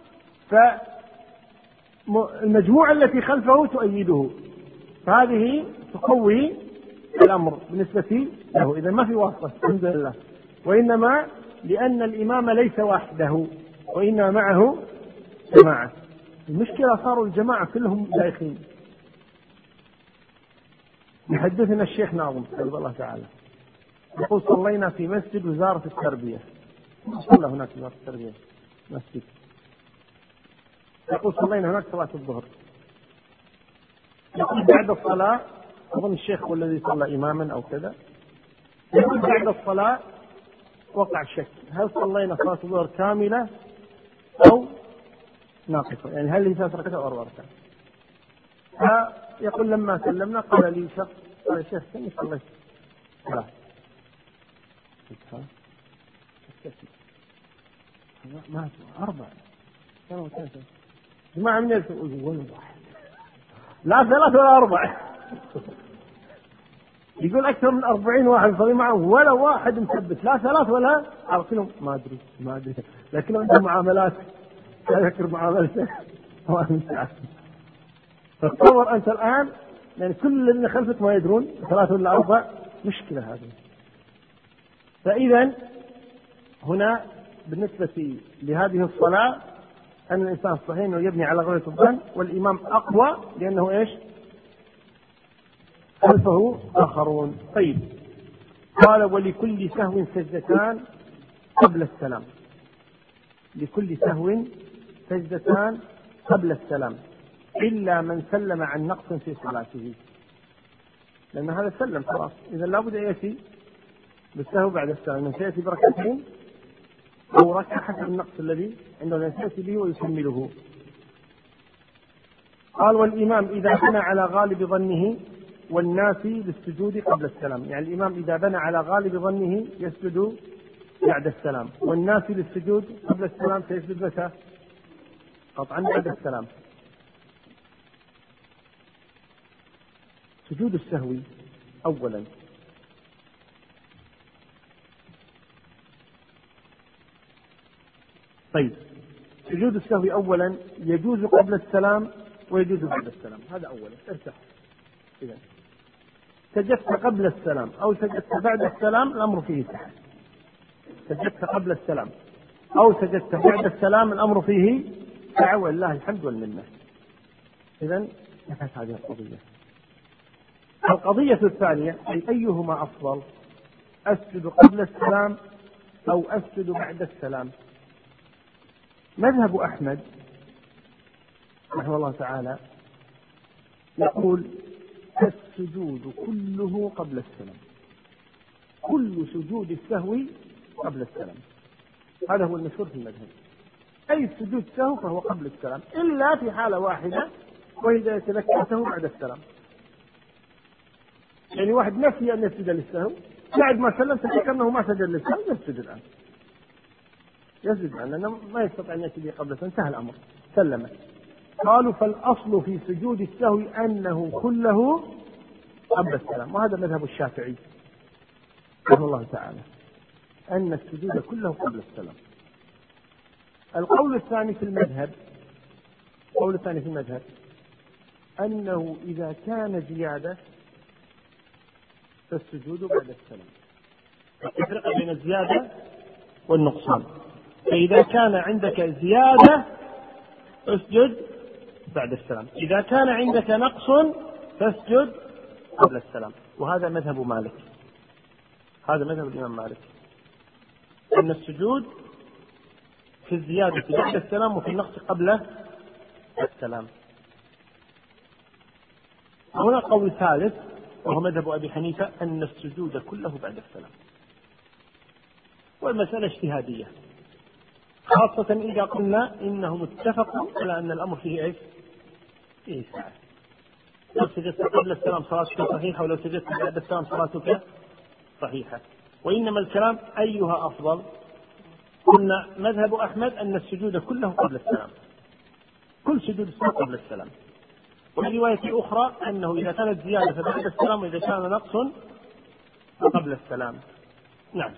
فالمجموعة التي خلفه تؤيده، فهذه تقوي الأمر بالنسبة له. إذا ما في واسطة الحمد لله، وإنما لأن الإمام ليس وحده وإنما معه جماعة. المشكلة صاروا الجماعة كلهم دايخين. يحدثنا الشيخ ناظم حفظه الله تعالى يقول صلينا في مسجد وزارة التربية، صلى هناك وزارة التربية مسجد، يقول صلينا هناك صلاة الظهر، يقول بعد الصلاة، أظن الشيخ هو الذي صلى إماما أو كذا، يقول بعد الصلاة وقع شك هل صلينا صلاة الظهر كاملة أو ناقصة، يعني هل هي ثلاث ركعات أو أربع ركعات. فيقول لما سلمنا قال لي شخص قال يا شيخ كم صليت؟ لا ما أربع كانوا ثلاثة جماعة من يقول ولا واحد لا ثلاث ولا أربع، يقول أكثر من أربعين واحد صلي معه ولا واحد مثبت لا ثلاث ولا أرسلهم ما أدري ما أدري لكن عنده معاملات لا يذكر معاملته فتصور أنت الآن يعني كل الذين خلفك ما يدرون ثلاث ولا أربع، مشكلة هذه. فإذا هنا بالنسبة لهذه الصلاة أن الإنسان الصحيح أنه يبني على غاية الظن، والإمام أقوى لأنه إيش خلفه آخرون. طيب قال ولكل سهو سجدتان قبل السلام، لكل سهو سجدتان قبل السلام إلا من سلم عن نقص في صلاته، لأن هذا سلم خلاص، إذا لابد أن يأتي بالسهو بعد السلام، من سيأتي بركعتين أو ركعة حسب النقص الذي عنده يأتي به ويكمله. قال والإمام إذا بنى على غالب ظنه والناس للسجود قبل السلام، يعني الإمام إذا بنى على غالب ظنه يسجد بعد السلام، والناس للسجود قبل السلام سيسجد متى؟ قطعا بعد السلام. سجود السهو أولا طيب سجود السهو أولا يجوز قبل السلام ويجوز بعد السلام، هذا أولا ارتاح. إذا سجدت قبل السلام أو سجدت بعد السلام الأمر فيه سهل، سجدت قبل السلام أو سجدت بعد السلام الأمر فيه سعة ولله الحمد والمنة. إذا انتهت هذه القضية. القضية الثانية أي أيهما أفضل، أسجد قبل السلام أو أسجد بعد السلام؟ مذهب أحمد رحمه الله تعالى يقول السجود كله قبل السلام، كل سجود السهو قبل السلام، هذا هو المشهور في المذهب. أي سجود سهو فهو قبل السلام إلا في حالة واحدة وإذا يتذكرته بعد السلام، يعني واحد نسي أن يسجد للسهو بعد ما سلم تذكر أنه ما سجد للسهو يسجد الآن، يسجد الآن لأنه ما يستطيع أن يسجد قبل السلام، انتهى الأمر سلم. قالوا فالأصل في سجود السهو أنه كله قبل السلام، وهذا مذهب الشافعي رحمه الله تعالى أن السجود كله قبل السلام. القول الثاني في المذهب القول الثاني في المذهب أنه إذا كان زيادة فالسجود بعد السلام، الفرق بين الزيادة والنقصان، فإذا كان عندك زيادة اسجد بعد السلام، إذا كان عندك نقص فاسجد قبل السلام، وهذا مذهب مالك، هذا مذهب الإمام مالك أن السجود في الزيادة بعد السلام وفي النقص قبل السلام. هنا قول ثالث وهو مذهب أبي حنيفة أن السجود كله بعد السلام، والمسألة اجتهادية، خاصة إذا قلنا إنهم اتفقوا على أن الأمر فيه إيش؟ فيه سعة. لو سجدت قبل السلام صلاتك صحيحة ولو سجدت بعد السلام صلاتك صحيحة، وإنما الكلام أيها أفضل. قلنا مذهب أحمد أن السجود كله قبل السلام، كل سجود السلام قبل السلام، والرواية أخرى أنه إذا كانت زيادة فبعد السلام وإذا كان نقص فقبل السلام. نعم.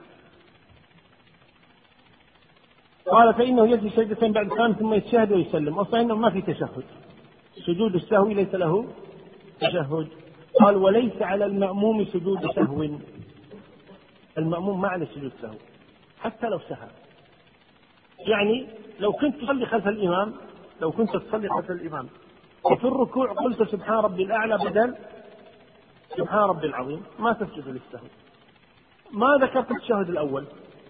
قال فإنه يجري سجدتين بعد السلام ثم يتشهد ويسلم، أصلا إنه ما في تشهد، سجود السهو ليس له تشهد. قال وليس على المأموم سجود سهو، المأموم ما عليه سجود سهو حتى لو سهى، يعني لو كنت تصلي خلف الإمام لو كنت تصلي خلف الإمام وفي الركوع قلت سبحان ربي الأعلى بدل سبحان ربي العظيم ما تسجد للسهو، ما ذكرت التشهد الأول،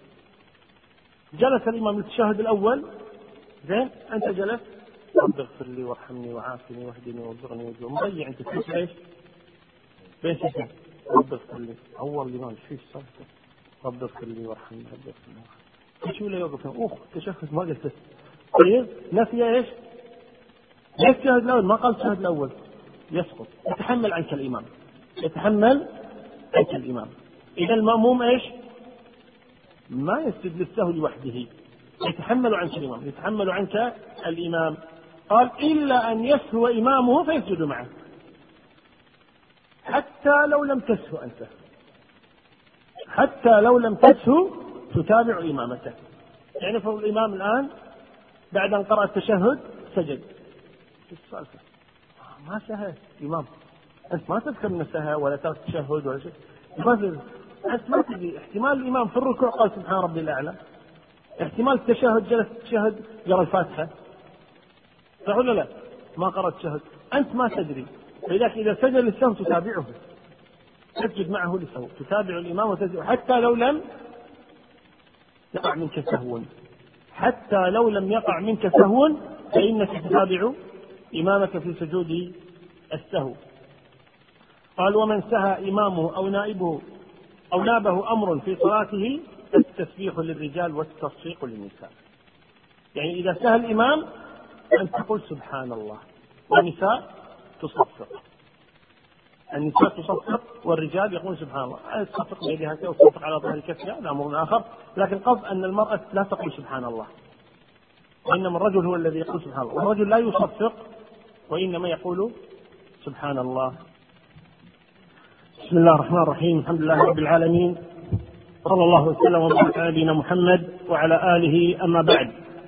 جلس الإمام للتشهد الأول، زين أنت جلس رب اغفر لي وارحمني وعافني واهدني وارزقني وجوه، مضيع أنت كيف إيش؟ بين شيئين، رب اغفر لي أول الإمام فيش صلاة رب اغفر لي وارحمني رب اغفر لي ايش ولا يوقف اوه تشهد ما قلت. طيب نسي ايش؟ ليش التشهد الأول ما قال التشهد الأول؟ يسقط، يتحمل عنك الإمام، يتحمل عنك الإمام. إذا المأموم ايش؟ ما يسجد للسهو لوحده، يتحمل عنك الإمام، يتحمل عنك الإمام. قال إلا أن يسهو إمامه فيسجد معه، حتى لو لم تسهو أنت، حتى لو لم تسهو تتابع إمامته. يعني فرض الإمام الآن بعد أن قرأ التشهد سجد، ما سهى إمام، أنت ما تذكر من السهى ولا ترك التشهد ولا شيء، ما أنت ما تدري. احتمال الإمام في الركوع قال سبحان ربي الأعلى، احتمال التشهد جلس التشهد قرأ الفاتحة، صح ولا لا؟ ما قرأ التشهد، أنت ما تدري. فلذلك إذا سجد للسهو تتابعه، تسجد معه لسهو، تتابع الإمام وتسجد حتى لو لم يقع منك سهو، حتى لو لم يقع منك سهو فإنك تتابع إمامك في سجود السهو. قال ومن سهى إمامه أو نائبه أو نابه أمر في صلاته التسبيح للرجال والتصفيق للنساء. يعني إذا سهى الإمام أن تقول سبحان الله، والنساء تصفق، النساء تصفق والرجال يقول سبحان الله. أن تصفق بيدها أو تصفق على ظهر كفها هذا أمر آخر، لكن قصد أن المرأة لا تقول سبحان الله، وإنما الرجل هو الذي يقول سبحان الله، والرجل لا يصفق وإنما يقول سبحان الله. بسم الله الرحمن الرحيم، الحمد لله رب العالمين، صلى الله وسلم وبارك على نبينا محمد وعلى آله. أما بعد،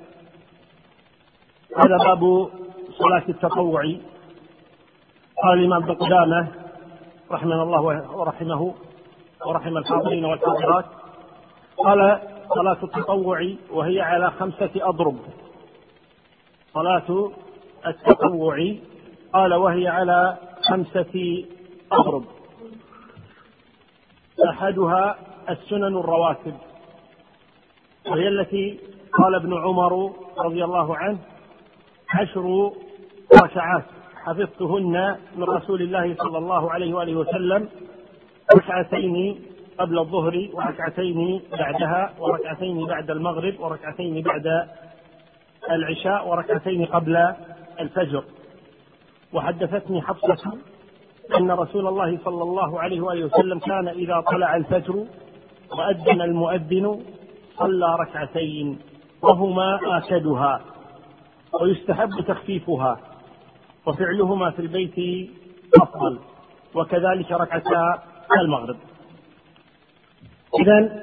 هذا باب صلاة التطوع. قال الإمام ابن قدامة رحمه الله ورحمه ورحم الحاضرين والحاضرات، قال صلاة التطوع وهي على خمسة أضرب. صلاة التطوع قال وهي على خمسة أضرب، أحدها السنن الرواتب، وهي التي قال ابن عمر رضي الله عنه عشر ركعات حفظتهن من رسول الله صلى الله عليه وآله وسلم، ركعتين قبل الظهر وركعتين بعدها وركعتين بعد المغرب وركعتين بعد العشاء وركعتين قبل الفجر. وحدثتني حفصة أن رسول الله صلى الله عليه وآله وسلم كان إذا طلع الفجر وأذن المؤذن صلى ركعتين وهما آكدها، ويستحب تخفيفها، وفعلهما في البيت أفضل، وكذلك ركعتا المغرب. إذن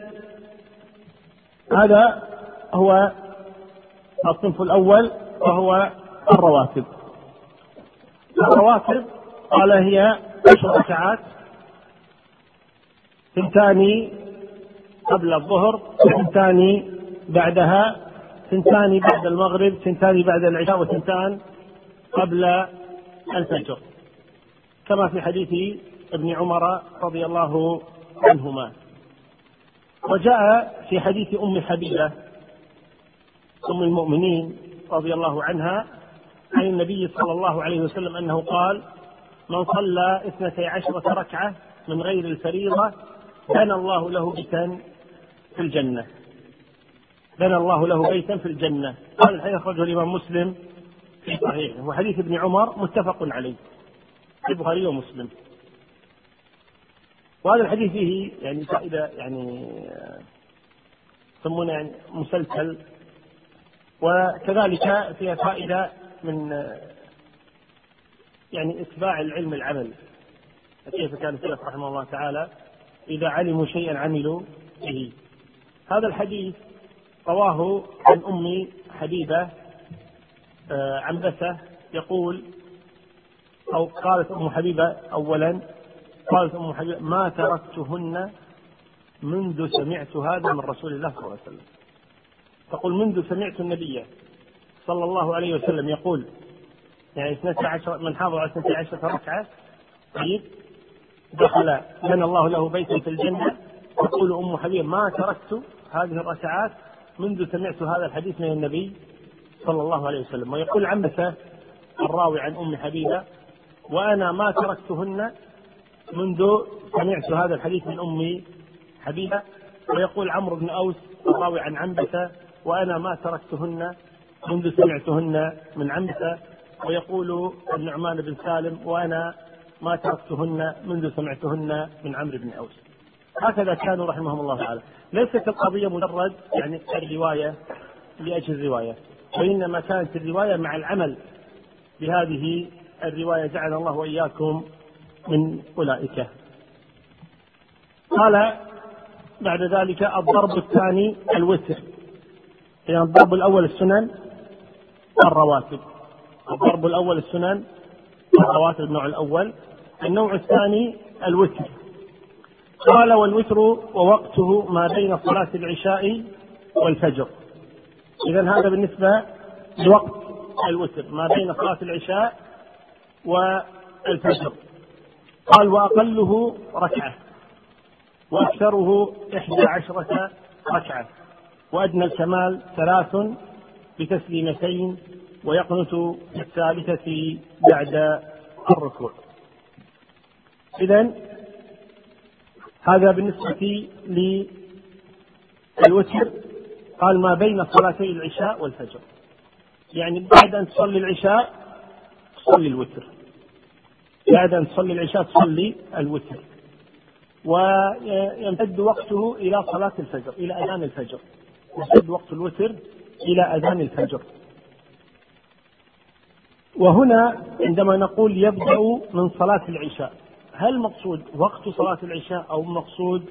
هذا هو الصنف الأول وهو الرواتب. الرواتب قال هي عشر ركعات، ثنتان قبل الظهر، ثنتان بعدها، ثنتان بعد المغرب، ثنتان بعد العشاء، وثنتان قبل الفجر، كما في حديث ابن عمر رضي الله عنهما. وجاء في حديث أم حبيبة أم المؤمنين رضي الله عنها عن النبي صلى الله عليه وسلم أنه قال من صلى اثنتي عشرة ركعة من غير الفريضة بنى الله له بيتا في الجنة، بنى الله له بيتا في الجنة. هذا الحديث أخرجه الإمام مسلم في صحيحه، وحديث ابن عمر متفق عليه في البخاري ومسلم. وهذا الحديث فيه يعني فائدة يعني يسمونه يعني مسلسل، وكذلك فيها فائدة من يعني اتباع العلم العمل، كيف كان السلف رحمه الله تعالى إذا علموا شيئا عملوا به. هذا الحديث رواه عن أم حبيبة عنبسة يقول، أو قالت أم حبيبة أولا، قالت أم حبيبة ما تركتهن منذ سمعت هذا من رسول الله صلى الله عليه وسلم. تقول منذ سمعت النبي صلى الله عليه وسلم يقول يعني اثنتا عشر من حافظ على اثنتا عشرة ركعة طيب دخل بنى الله له بيتا في الجنة، تقول أم حبيبة ما تركت هذه الركعات منذ سمعت هذا الحديث من النبي صلى الله عليه وسلم. ويقول عنبسة الراوي عن أم حبيبة وأنا ما تركتهن منذ سمعت هذا الحديث من أم حبيبة. ويقول عمرو بن أوس الراوي عن عنبسة وأنا ما تركتهن منذ سمعتهن من عنبسة. ويقول النعمان بن سالم وأنا ما تركتهن منذ سمعتهن من عمرو بن أوس. هكذا كانوا رحمهم الله تعالى. ليست القضية مجرد يعني الرواية لأجل الرواية، وإنما كانت الرواية مع العمل بهذه الرواية. جعل الله وإياكم من أولئك. قال بعد ذلك الضرب الثاني الوتر. يعني الضرب الأول السنن الرواتب. الضرب الأول السنن الرواتب النوع الأول. النوع الثاني الوتر. قال والوتر ووقته ما بين صلاة العشاء والفجر. إذن هذا بالنسبة لوقت الوتر ما بين صلاة العشاء والفجر. قال وأقله ركعة وأكثره إحدى عشرة ركعة وأدنى الكمال ثلاث بتسليمتين ويقنت في الثالثة بعد الركوع. إذن هذا بالنسبة للوتر. قال ما بين صلاتي العشاء والفجر، يعني بعد أن تصلي العشاء تصلي الوتر، بعد أن تصلي العشاء تصلي الوتر. ويمتد وقته إلى صلاة الفجر، إلى أذان الفجر. يمتد وقت الوتر إلى أذان الفجر. وهنا عندما نقول يبدأ من صلاة العشاء، هل مقصود وقت صلاة العشاء أو مقصود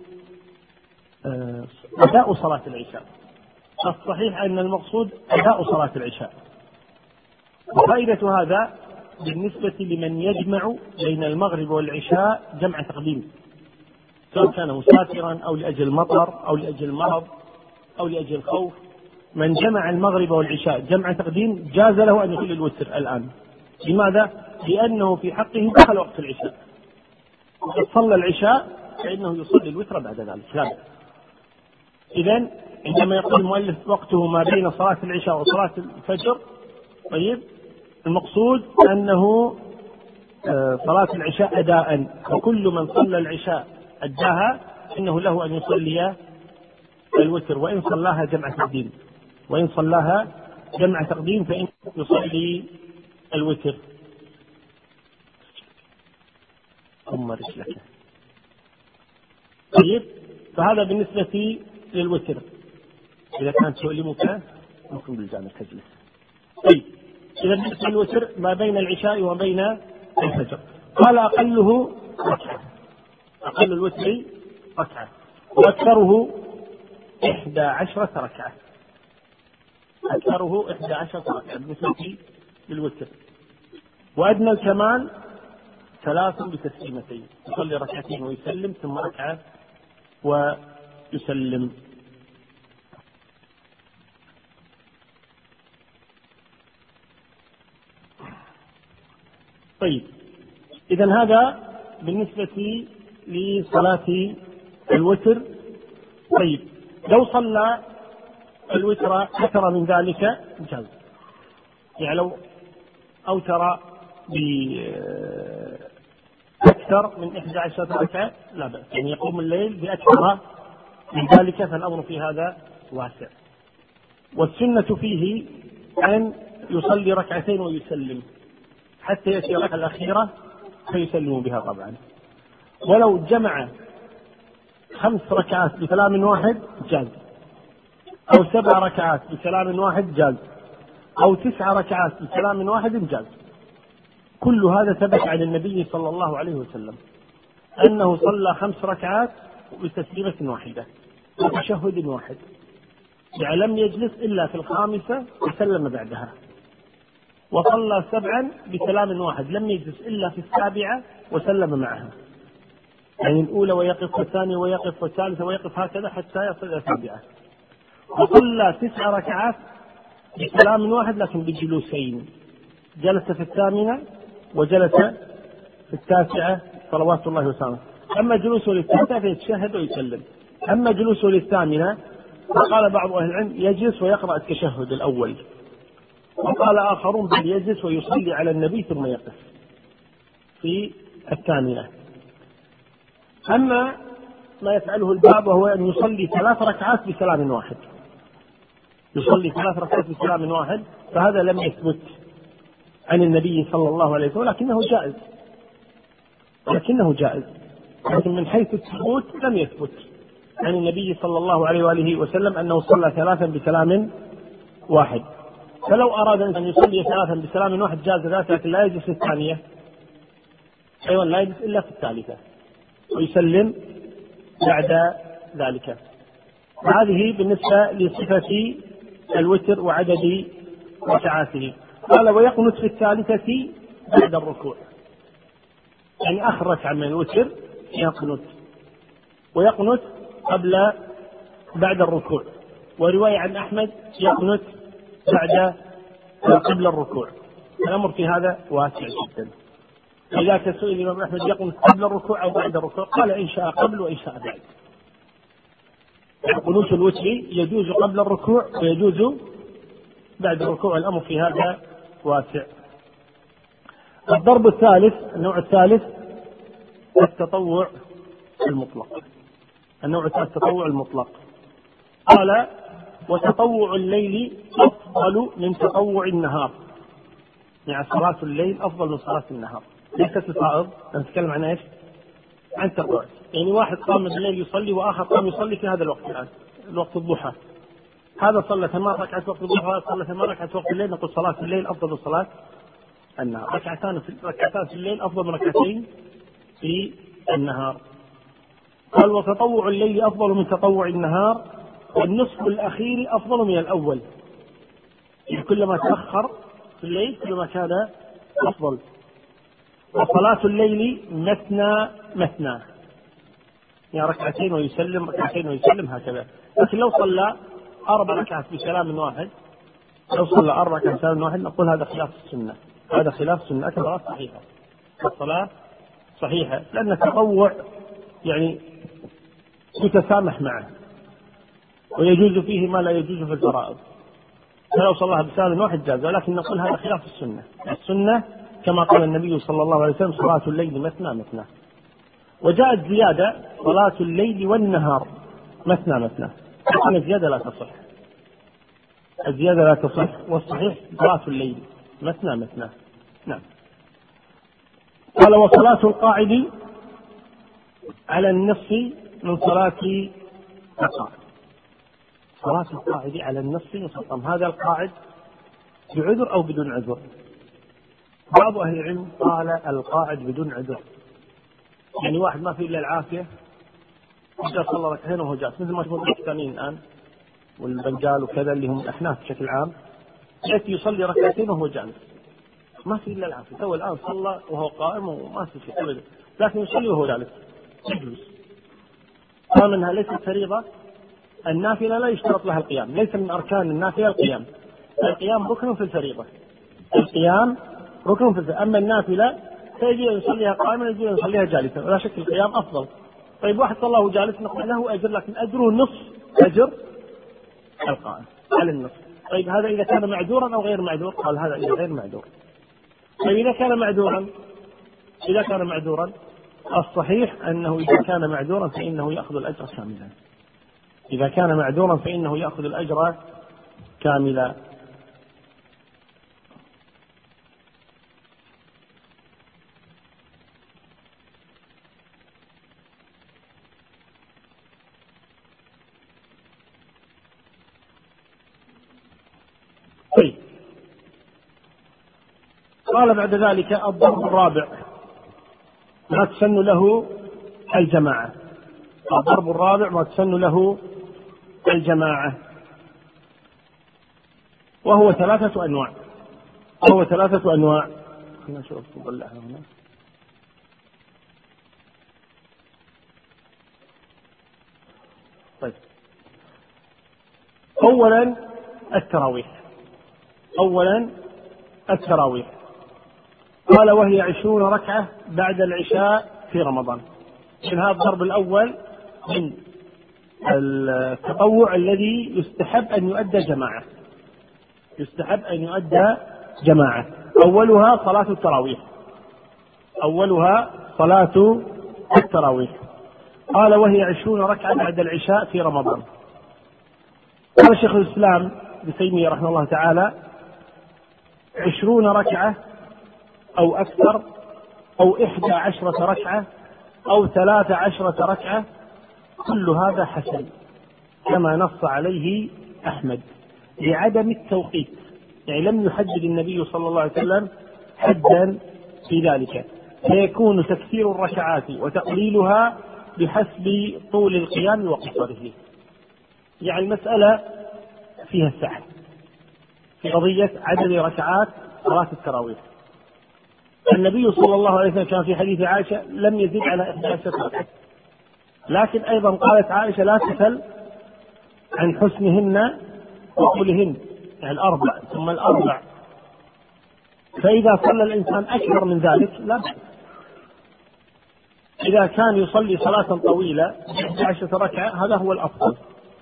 أداء صلاة العشاء؟ الصحيح أن المقصود أداء صلاة العشاء. وفائدة هذا بالنسبة لمن يجمع بين المغرب والعشاء جمع تقديم، سواء كان مسافرا أو لأجل المطر أو لأجل مرض أو لأجل الخوف. من جمع المغرب والعشاء جمع تقديم جاز له أن يصلي الوتر الآن. لماذا؟ لأنه في حقه دخل وقت العشاء، وقد صلى العشاء فإنه يصلي الوتر بعد ذلك لا بأس. إذن عندما يقول المؤلف وقته ما بين صلاة العشاء وصلاة الفجر، طيب المقصود أنه صلاة العشاء أداء، وكل من صلى العشاء أداها إنه له أن يصلي الوتر، وإن صلاها جمع تقديم وإن صلاها جمع تقديم فإن يصلي الوتر. ثم رجلك. طيب فهذا بالنسبة للوتر. إذا كانت تؤلمك ممكن بالجامع تجلس. طيب إذا بالنسبة للوتر ما بين العشاء وبين الفجر. قال أقله ركعة، أقل الوتر ركعة وأكثره إحدى عشرة ركعة، أكثره إحدى عشرة ركعة بالنسبة للوتر. وأدنى الكمال ثلاث بتسليمتين، يصلي ركعتين ويسلم ثم ركعة ويسلم. طيب إذن هذا بالنسبة لصلاة الوتر. طيب لو صلى الوتر أكثر من ذلك جاز، يعني لو أوتر بأكثر من إحدى عشرة ركعة لا بأس، يعني يقوم الليل بأكثر من ذلك فالأمر في هذا واسع. والسنة فيه أن يصلي ركعتين ويسلم حتى يأتي الركعة الأخيرة فيسلم بها طبعا. ولو جمع خمس ركعات بسلام واحد جاز، أو سبع ركعات بسلام واحد جاز، أو تسع ركعات بسلام واحد جاز. كل هذا ثبت عن النبي صلى الله عليه وسلم أنه صلى خمس ركعات بتسليمة واحدة وتشهد واحد، يعني لم يجلس إلا في الخامسة وسلم بعدها. وصلى سبعا بسلام واحد لم يجلس إلا في السابعة وسلم معها، يعني الأولى ويقف والثانية ويقف والثالثة ويقف هكذا حتى يصل إلى السابعة. وصلى تسع ركعات بسلام واحد لكن بجلوسين، جلس في الثامنة وجلس في التاسعة صلوات الله وسلامه. أما جلوسه للتاسعة فيتشهد ويسلم، أما جلوسه للثامنة فقال بعض أهل العلم يجلس ويقرأ التشهد الأول، وقال آخرون بل يجلس ويصلي على النبي ثم يقف في الثامنة. أما ما يفعله البعض وهو أن يصلي ثلاث ركعات بسلام واحد، يصلي ثلاث ركعات بسلام واحد، فهذا لم يثبت عن النبي صلى الله عليه وسلم، ولكنه جائز ولكنه جائز لكن من حيث الثبوت لم يثبت عن النبي صلى الله عليه وآله وسلم أنه صلى ثلاثا بسلام واحد. فلو أراد أن يصلي ثلاثا بسلام واحد جاز ذلك، لكن لا يجلس في الثانية، أيضا لا يجلس إلا في الثالثة ويسلم بعد ذلك. هذه بالنسبة لصفة الوتر وعدد ركعاته. قال ويقنت في الثالثة بعد الركوع، يعني آخر ركعة من الوتر يقنت، ويقنت قبل بعد الركوع. ورواية عن أحمد يقنت بعد قبل الركوع. الأمر في هذا واسع جدا. إذا تسئل الإمام أحمد يقنت قبل الركوع أو بعد الركوع قال إن شاء قبل وإن شاء بعد. قنوت الوتر يجوز قبل الركوع ويجوز بعد الركوع، الأمر في هذا واسع. الضرب الثالث، النوع الثالث التطوع المطلق. النوع الثالث التطوع المطلق. قال وتطوع الليل أفضل من تطوع النهار، يعني صلاة الليل أفضل من صلاة النهار، ليست الفرائض. نتكلم عن إيش؟ عن التطوع. يعني واحد قام بالليل يصلي وآخر قام يصلي في هذا الوقت الآن، الوقت الضحى، هذا صلى ثمان ركعات وقت الضحى وهذا صلى ثمان ركعات وقت الليل، نقول صلاة الليل أفضل من صلاة النهار. ركعتان في ركعتان في الليل أفضل من ركعتين في النهار. قال وتطوع الليل أفضل من تطوع النهار، والنصف الأخير أفضل من الأول، يعني كلما تأخر في الليل كلما كان أفضل. وصلاة الليل مثنى مثنى، يعني ركعتين ويسلم ركعتين ويسلم هكذا. لكن لو صلى أربع ركعات بسلام واحد، لو صلى أربع ركعات بسلام واحد نقول هذا خلاف السنة، هذا خلاف السنة. الصلاة صحيحة، الصلاة صحيحة، لأن التطوع يعني يتسامح معه ويجوز فيه ما لا يجوز في الفرائض، فلو صلاها بسلام واحد جاز، ولكن نقول هذا خلاف السنة. السنة كما قال النبي صلى الله عليه وسلم صلاة الليل مثنى مثنى. وجاءت زيادة صلاة الليل والنهار مثنى مثنى، لكن الزيادة لا تصح، الزيادة لا تصح، والصحيح صلاة الليل مثنى مثنى. نعم. قال وصلاة القاعد على النصف من صلاة القاعد. صلاة القاعد على النصف من صلاة، هذا القاعد بعذر أو بدون عذر؟ بعض أهل العلم قال القاعد بدون عذر، يعني واحد ما فيه إلا العافية جاء صلى ركعتين وهو جالس، مثل ما تقول الباكستانيين الآن والبنجال وكذا اللي هم الأحناف بشكل عام، يأتي يصلي ركعتين وهو جالس ما فيه إلا العافية، تو الآن صلى وهو قائم وما في شيء أبدا، لكن يصلي وهو جالس يجلس. قال منها ليست فريضة. النافلة لا يشترط لها القيام، ليس من أركان النافلة القيام، القيام ركن في الفريضة، القيام ركن في الفريضة. أما النافلة فيجي يصليها قائما يجي يصليها جالسا، ولا شك القيام أفضل. طيب واحد صلى الله جالس نقول له أجر، لكن أجره نصف أجر القائم على النصف. طيب هذا إذا كان معذورا أو غير معذور؟ قال هذا إذا غير معذور. طيب إذا كان معذورا، إذا كان معذورا الصحيح أنه إذا كان معذورا فإنه يأخذ الأجر كاملا، إذا كان معذورا فإنه يأخذ الأجر كاملا. طيب قال بعد ذلك الضرب الرابع ما تسن له الجماعة. الضرب الرابع ما تسن له الجماعة، وهو ثلاثة أنواع، وهو ثلاثة أنواع. خلينا نشوف نطلعها هنا. طيب أولا التراويح، أولا التراويح. قال وهي عشرون ركعة بعد العشاء في رمضان. من هذا الضرب الأول من التطوع الذي يستحب أن يؤدى جماعة، يستحب أن يؤدى جماعة. أولها صلاة التراويح، أولها صلاة التراويح. قال وهي عشرون ركعة بعد العشاء في رمضان. قال شيخ الإسلام ابن تيمية رحمه الله تعالى عشرون ركعة أو أكثر أو إحدى عشرة ركعة أو ثلاث عشرة ركعة كل هذا حسن كما نص عليه أحمد لعدم التوقيت، يعني لم يحدد النبي صلى الله عليه وسلم حدا في ذلك، فيكون تكثير الركعات وتقليلها بحسب طول القيام وقصره. يعني المسألة فيها السعة في قضية عدد ركعات صلاة التراويح. النبي صلى الله عليه وسلم كان في حديث عائشة لم يزد على إحدى عشرة ركعة، لكن أيضا قالت عائشة لا تسل عن حسنهن وطولهن، يعني الأربع ثم الأربع. فإذا صلى الإنسان أكثر من ذلك لا بأس. إذا كان يصلي صلاة طويلة إحدى عشرة ركعة هذا هو الأفضل،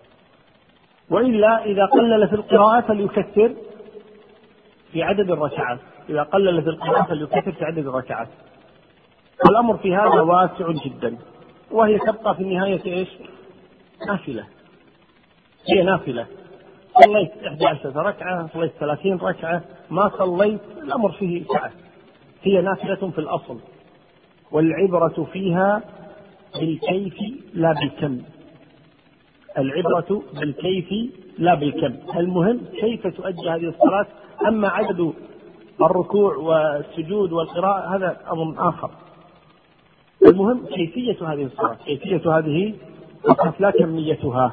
وإلا إذا قلل في القراءة فليكثر في عدد الركعات، إذا قلل في القراءة فليكثر في عدد الركعات. الأمر في هذا واسع جدا، وهي تبقى في النهاية إيش؟ نافلة، هي نافلة. صليت إحدى عشرة ركعة، صليت ثلاثين ركعة، ما صليت، الأمر فيه سعة، هي نافلة في الأصل، والعبرة فيها بالكيف لا بالكم، العبرة بالكيف لا بالكم، المهم كيف تؤدي هذه الصلاة. أما عدد الركوع والسجود والقراءة هذا أمر آخر، المهم كيفية هذه الصلاة، كيفية هذه فقط لا كميتها.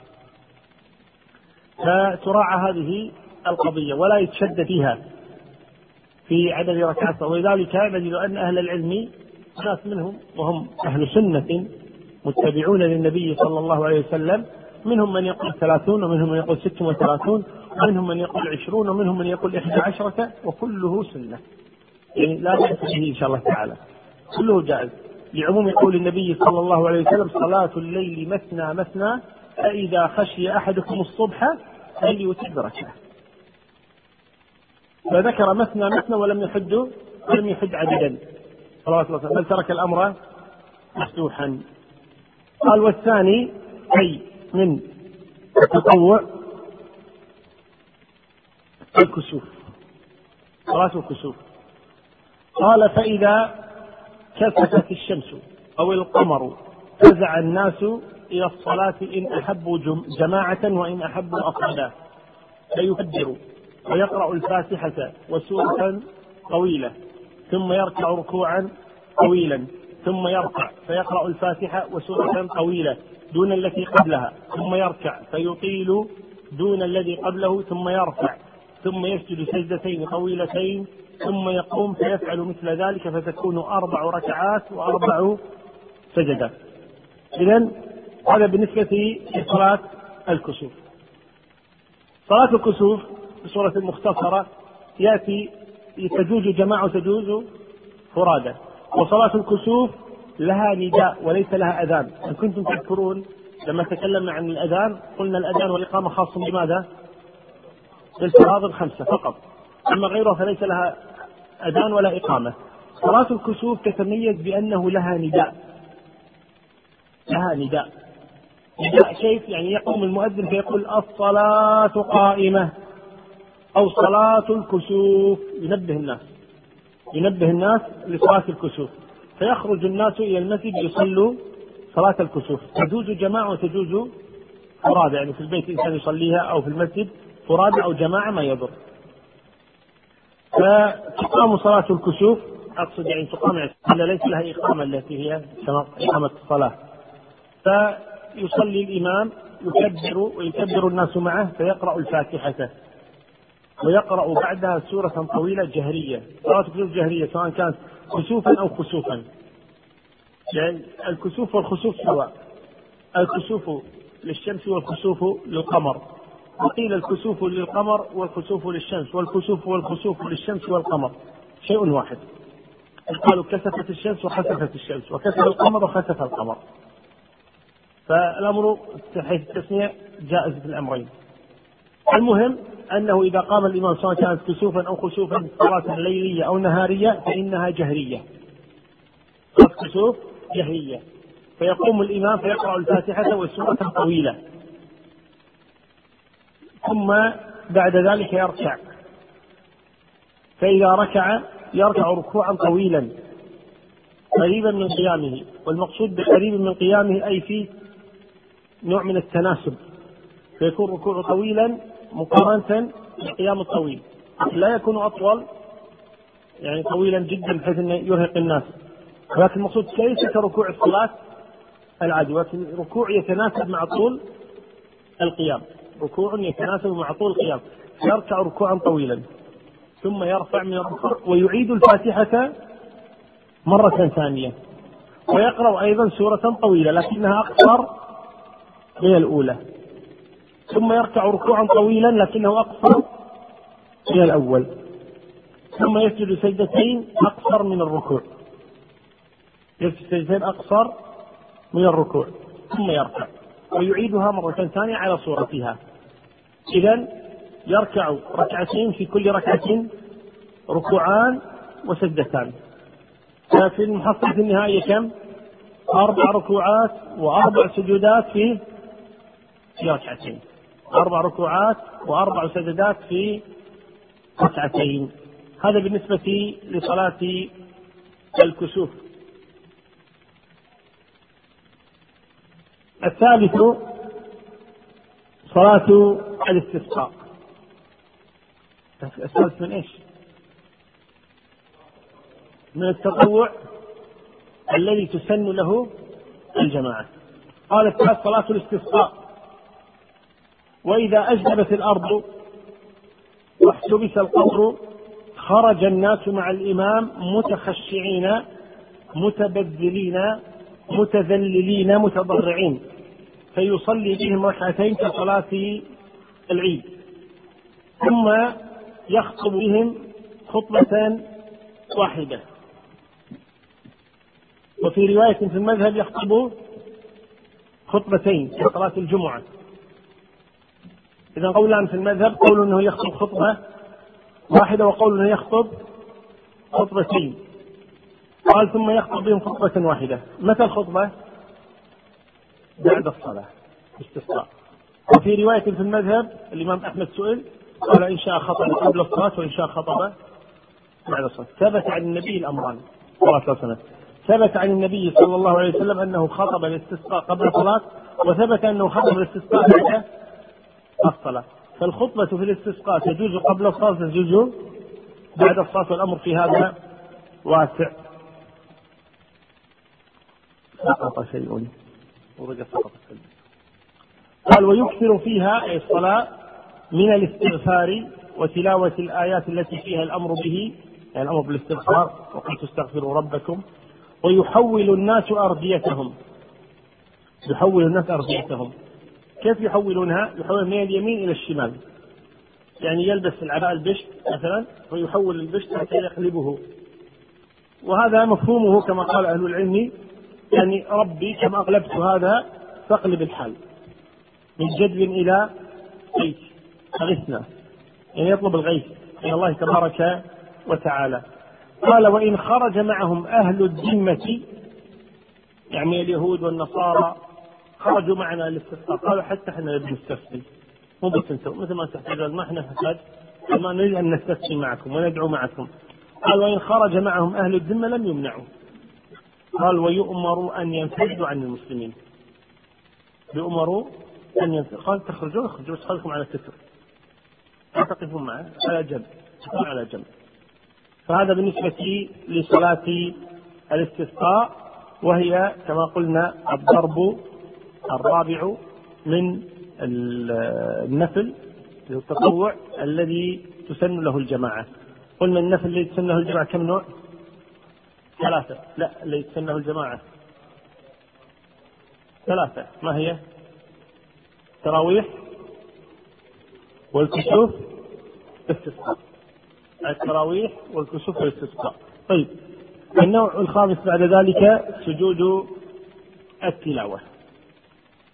فتراعى هذه القضية ولا يتشد فيها في عدد ركعات. ولذلك نجد أن أهل العلم ناس منهم وهم أهل سنة متبعون للنبي صلى الله عليه وسلم، منهم من يقول ثلاثون ومنهم من يقول ست وثلاثون ومنهم من يقول عشرون ومنهم من يقول إحدى عشرة، وكله سنة، يعني لا بأس به إن شاء الله تعالى، كله جائز، لعموم قول النبي صلى الله عليه وسلم صلاة الليل مثنى مثنى فإذا خشي أحدكم الصبح فليوتر بركعة. فذكر مثنى مثنى ولم يحد ولم يحد عددا صلوات الله، بل ترك الأمر مفتوحا. قال والثاني أي من التطوع الكسوف، صلاة الكسوف. قال فإذا كسفت الشمس أو القمر فزع الناس إلى الصلاة إن أحبوا جماعة وإن أحبوا أفرادا، فيكبر ويقرأ الفاتحة وسورة طويلة ثم يركع ركوعا طويلا ثم يركع فيقرأ الفاتحة وسورة طويلة دون التي قبلها ثم يركع فيطيل دون الذي قبله ثم يركع ثم يسجد سجدتين طويلتين ثم يقوم فيفعل مثل ذلك فتكون أربع ركعات وأربع سجدات. إذن هذا بالنسبة لصلاة الكسوف. صلاة الكسوف بصورة مختصرة يأتي تجوز جماعة وتجوز فرادى، وصلاة الكسوف لها نداء وليس لها أذان. إن كنتم تذكرون لما تكلمنا عن الأذان قلنا الأذان والإقامة خاص بماذا؟ بالفرائض الخمسة فقط، أما غيرها فليس لها أذان ولا إقامة. صلاة الكسوف تتميز بأنه لها نداء، لها نداء. نداء كيف؟ يعني يقوم المؤذن فيقول الصلاة قائمة أو صلاة الكسوف، ينبه الناس ينبه الناس لصلاة الكسوف، فيخرج الناس إلى المسجد يصلوا صلاة الكسوف. تجوز جماعة وتجوز فرادى، يعني في البيت الإنسان يصليها أو في المسجد فرادى أو جماعة ما يضر. فتقام صلاة الكسوف، أقصد يعني تقام ليس لها إقامة التي هي إقامة الصلاة، فيصلي الإمام يكبر ويكبر الناس معه فيقرأ الفاتحة ويقرأ بعدها سورة طويلة جهرية. صلاة الكسوف جهرية سواء كانت كسوفا أو خسوفا، يعني الكسوف والخسوف سواء، الكسوف للشمس والخسوف للقمر، وقيل الكسوف للقمر والخسوف للشمس، والكسوف والخسوف للشمس والقمر شيء واحد. قالوا كسفت الشمس وخسفت الشمس، وكسف القمر وخسف القمر. فالأمر حيث التسمية جائز في الأمرين. المهم أنه إذا قام الإمام سواء كانت كسوفا أو خسوفا صلاة ليلية أو نهارية فإنها جهرية. صلاة كسوف جهرية، فيقوم الإمام فيقرأ الفاتحة والسورة طويلة، ثم بعد ذلك يركع، فإذا ركع يركع ركوعا طويلا قريبا من قيامه، والمقصود بقريب من قيامه أي في نوع من التناسب، فيكون ركوع طويلا مقارنة بالقيام الطويل، لا يكون أطول يعني طويلا جدا بحيث أنه يرهق الناس، ولكن المقصود ليس كركوع الصلاة العادي، ولكن ركوع يتناسب مع طول القيام، ركوع يتناسب مع طول القيام، يركع ركوعا طويلا ثم يرفع من الركوع ويعيد الفاتحة مرة ثانية، ويقرأ أيضا سورة طويلة لكنها أقصر من الأولى، ثم يركع ركوعا طويلا لكنه أقصر من الأول، ثم يسجد سجدتين أقصر من الركوع، يسجد سجدتين أقصر من الركوع ثم يركع ويعيدها مرة ثانية على صورتها. إذن يركع ركعتين في كل ركعة ركوعان وسجدتان، ففي المحصلة النهائية كم؟ أربع ركوعات وأربع سجودات في في ركعتين، أربع ركوعات وأربع سجدات في ركعتين. هذا بالنسبة لصلاة الكسوف. الثالث صلاة الاستسقاء. الثالث من ايش؟ من التطوع الذي تسن له الجماعة. قال الثالث صلاة الاستسقاء. وإذا أجدبت الأرض واحتبس القبر خرج الناس مع الإمام متخشعين متبذلين متذللين متضرعين، فيصلي بهم ركعتين كصلاة العيد، ثم يخطب بهم خطبة واحدة. وفي رواية في المذهب يخطب خطبتين كصلاة الجمعة. إذا قولان في المذهب، قول أنه يخطب خطبة واحدة وقول أنه يخطب خطبتين. قال ثم يخطب بهم خطبة واحدة. متى الخطبة؟ بعد الصلاة استسقاء. وفي رواية في المذهب الإمام أحمد سئل قال إن شاء خطب قبل الصلاة وإن شاء خطب بعد الصلاة. ثبت عن النبي الأمران صلى الله عليه وسلم، ثبت عن النبي صلى الله عليه وسلم أنه خطب الاستسقاء قبل الصلاة، وثبت أنه خطب الاستسقاء بعد الصلاة. فالخطبة في الاستسقاء تجوز قبل الصلاة تجوز بعد الصلاة، والأمر في هذا واسع. سقط شيء ورجع سقط شيء. قال ويكثر فيها أي الصلاة من الاستغفار وتلاوة الآيات التي فيها الأمر به، يعني الأمر بالاستغفار وقلت استغفروا ربكم. ويحول الناس أرضيتهم، يحول الناس أرضيتهم. كيف يحولونها؟ يحول من اليمين إلى الشمال، يعني يلبس العباء البشت مثلا ويحول البشت حتى يقلبه، وهذا مفهومه كما قال أهل العلم، يعني ربي كما أقلبت هذا فاقلب الحال، من جذب إلى غيث، أغثنا، يعني يطلب الغيث من الله تبارك وتعالى. قال وإن خرج معهم أهل الذمة، يعني اليهود والنصارى خرجوا معنا للاستسقاء، قالوا حتى احنا بنستسقي، مو بس انتم مثل ما تحتاجون، ما احنا نحتاج، ما نريد أن نستسقي معكم وندعو معكم. قال وإن خرج معهم أهل الذمة لم يمنعوا. قال ويؤمروا أن ينفردوا عن المسلمين، يؤمروا أن ينفردوا. قال تخرجوا اخرجوا بس خلكم على الستر، لا تقفون معه، على جنب، تكون على جنب. فهذا بالنسبة لصلاة الاستسقاء، وهي كما قلنا الضرب الرابع من النفل التطوع الذي تسن له الجماعة. قلنا النفل الذي تسن له الجماعة كم نوع؟ ثلاثة. لا، الذي تسن له الجماعة ثلاثة. ما هي؟ التراويح والكسوف والاستسقاء. التراويح والكسوف والاستسقاء. طيب، النوع الخامس بعد ذلك سجود التلاوة.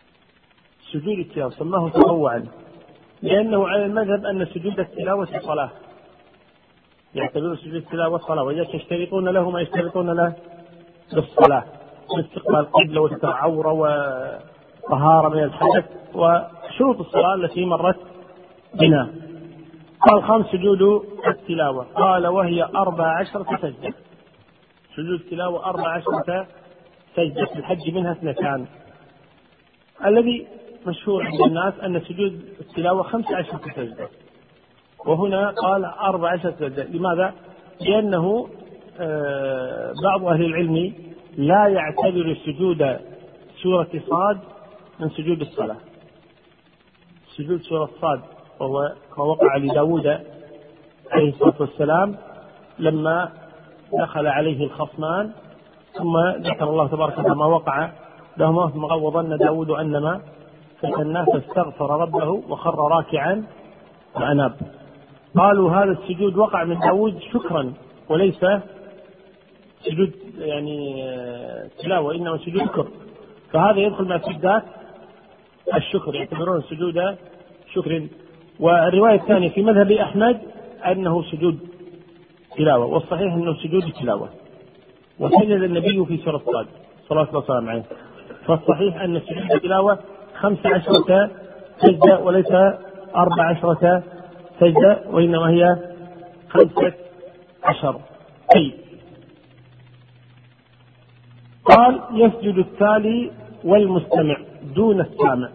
سجود التلاوة سماه تطوعا لأنه على المذهب أن سجود التلاوة صلاة، يعتبر سجود التلاوة صلاة، وإذا يشترطون له ما يشترطون له بالصلاة من استقبال القبلة وستر عورة وطهارة من الحدث وشروط الصلاة التي مرت بنا. قال خامس سجود التلاوة، قال وهي أربع عشرة سجدة. سجود التلاوة أربع عشرة سجدة، في الحج منها اثنتان. الذي مشهور عند الناس أن سجود التلاوة خمس عشرة سجدة، وهنا قال أربع عشرة سجدة. لماذا؟ لأنه بعض أهل العلم لا يعتبر سجود سورة صاد من سجود الصلاة. سجود سورة صاد وهو ما وقع لداود عليه الصلاة والسلام لما دخل عليه الخصمان، ثم ذكر الله تبارك وتعالى ما وقع لهما، ثم قال وظن داود أنما فتناه فاستغفر ربه وخر راكعا وأناب. قالوا هذا السجود وقع من داود شكرا وليس سجود يعني تلاوة، إنما سجود شكر، فهذا يدخل مع سجدات الشكر، يعتبرون سجود شكر. والرواية الثانية في مذهب أحمد أنه سجود تلاوة، والصحيح أنه سجود تلاوة، وسجد النبي في سورة صاد صلى الله عليه وسلم، فالصحيح أن سجود التلاوة خمس عشرة سجدة وليس أربع عشرة سجدة، وإنما هي خمسة عشر. أي قال يسجد التالي والمستمع دون السامع.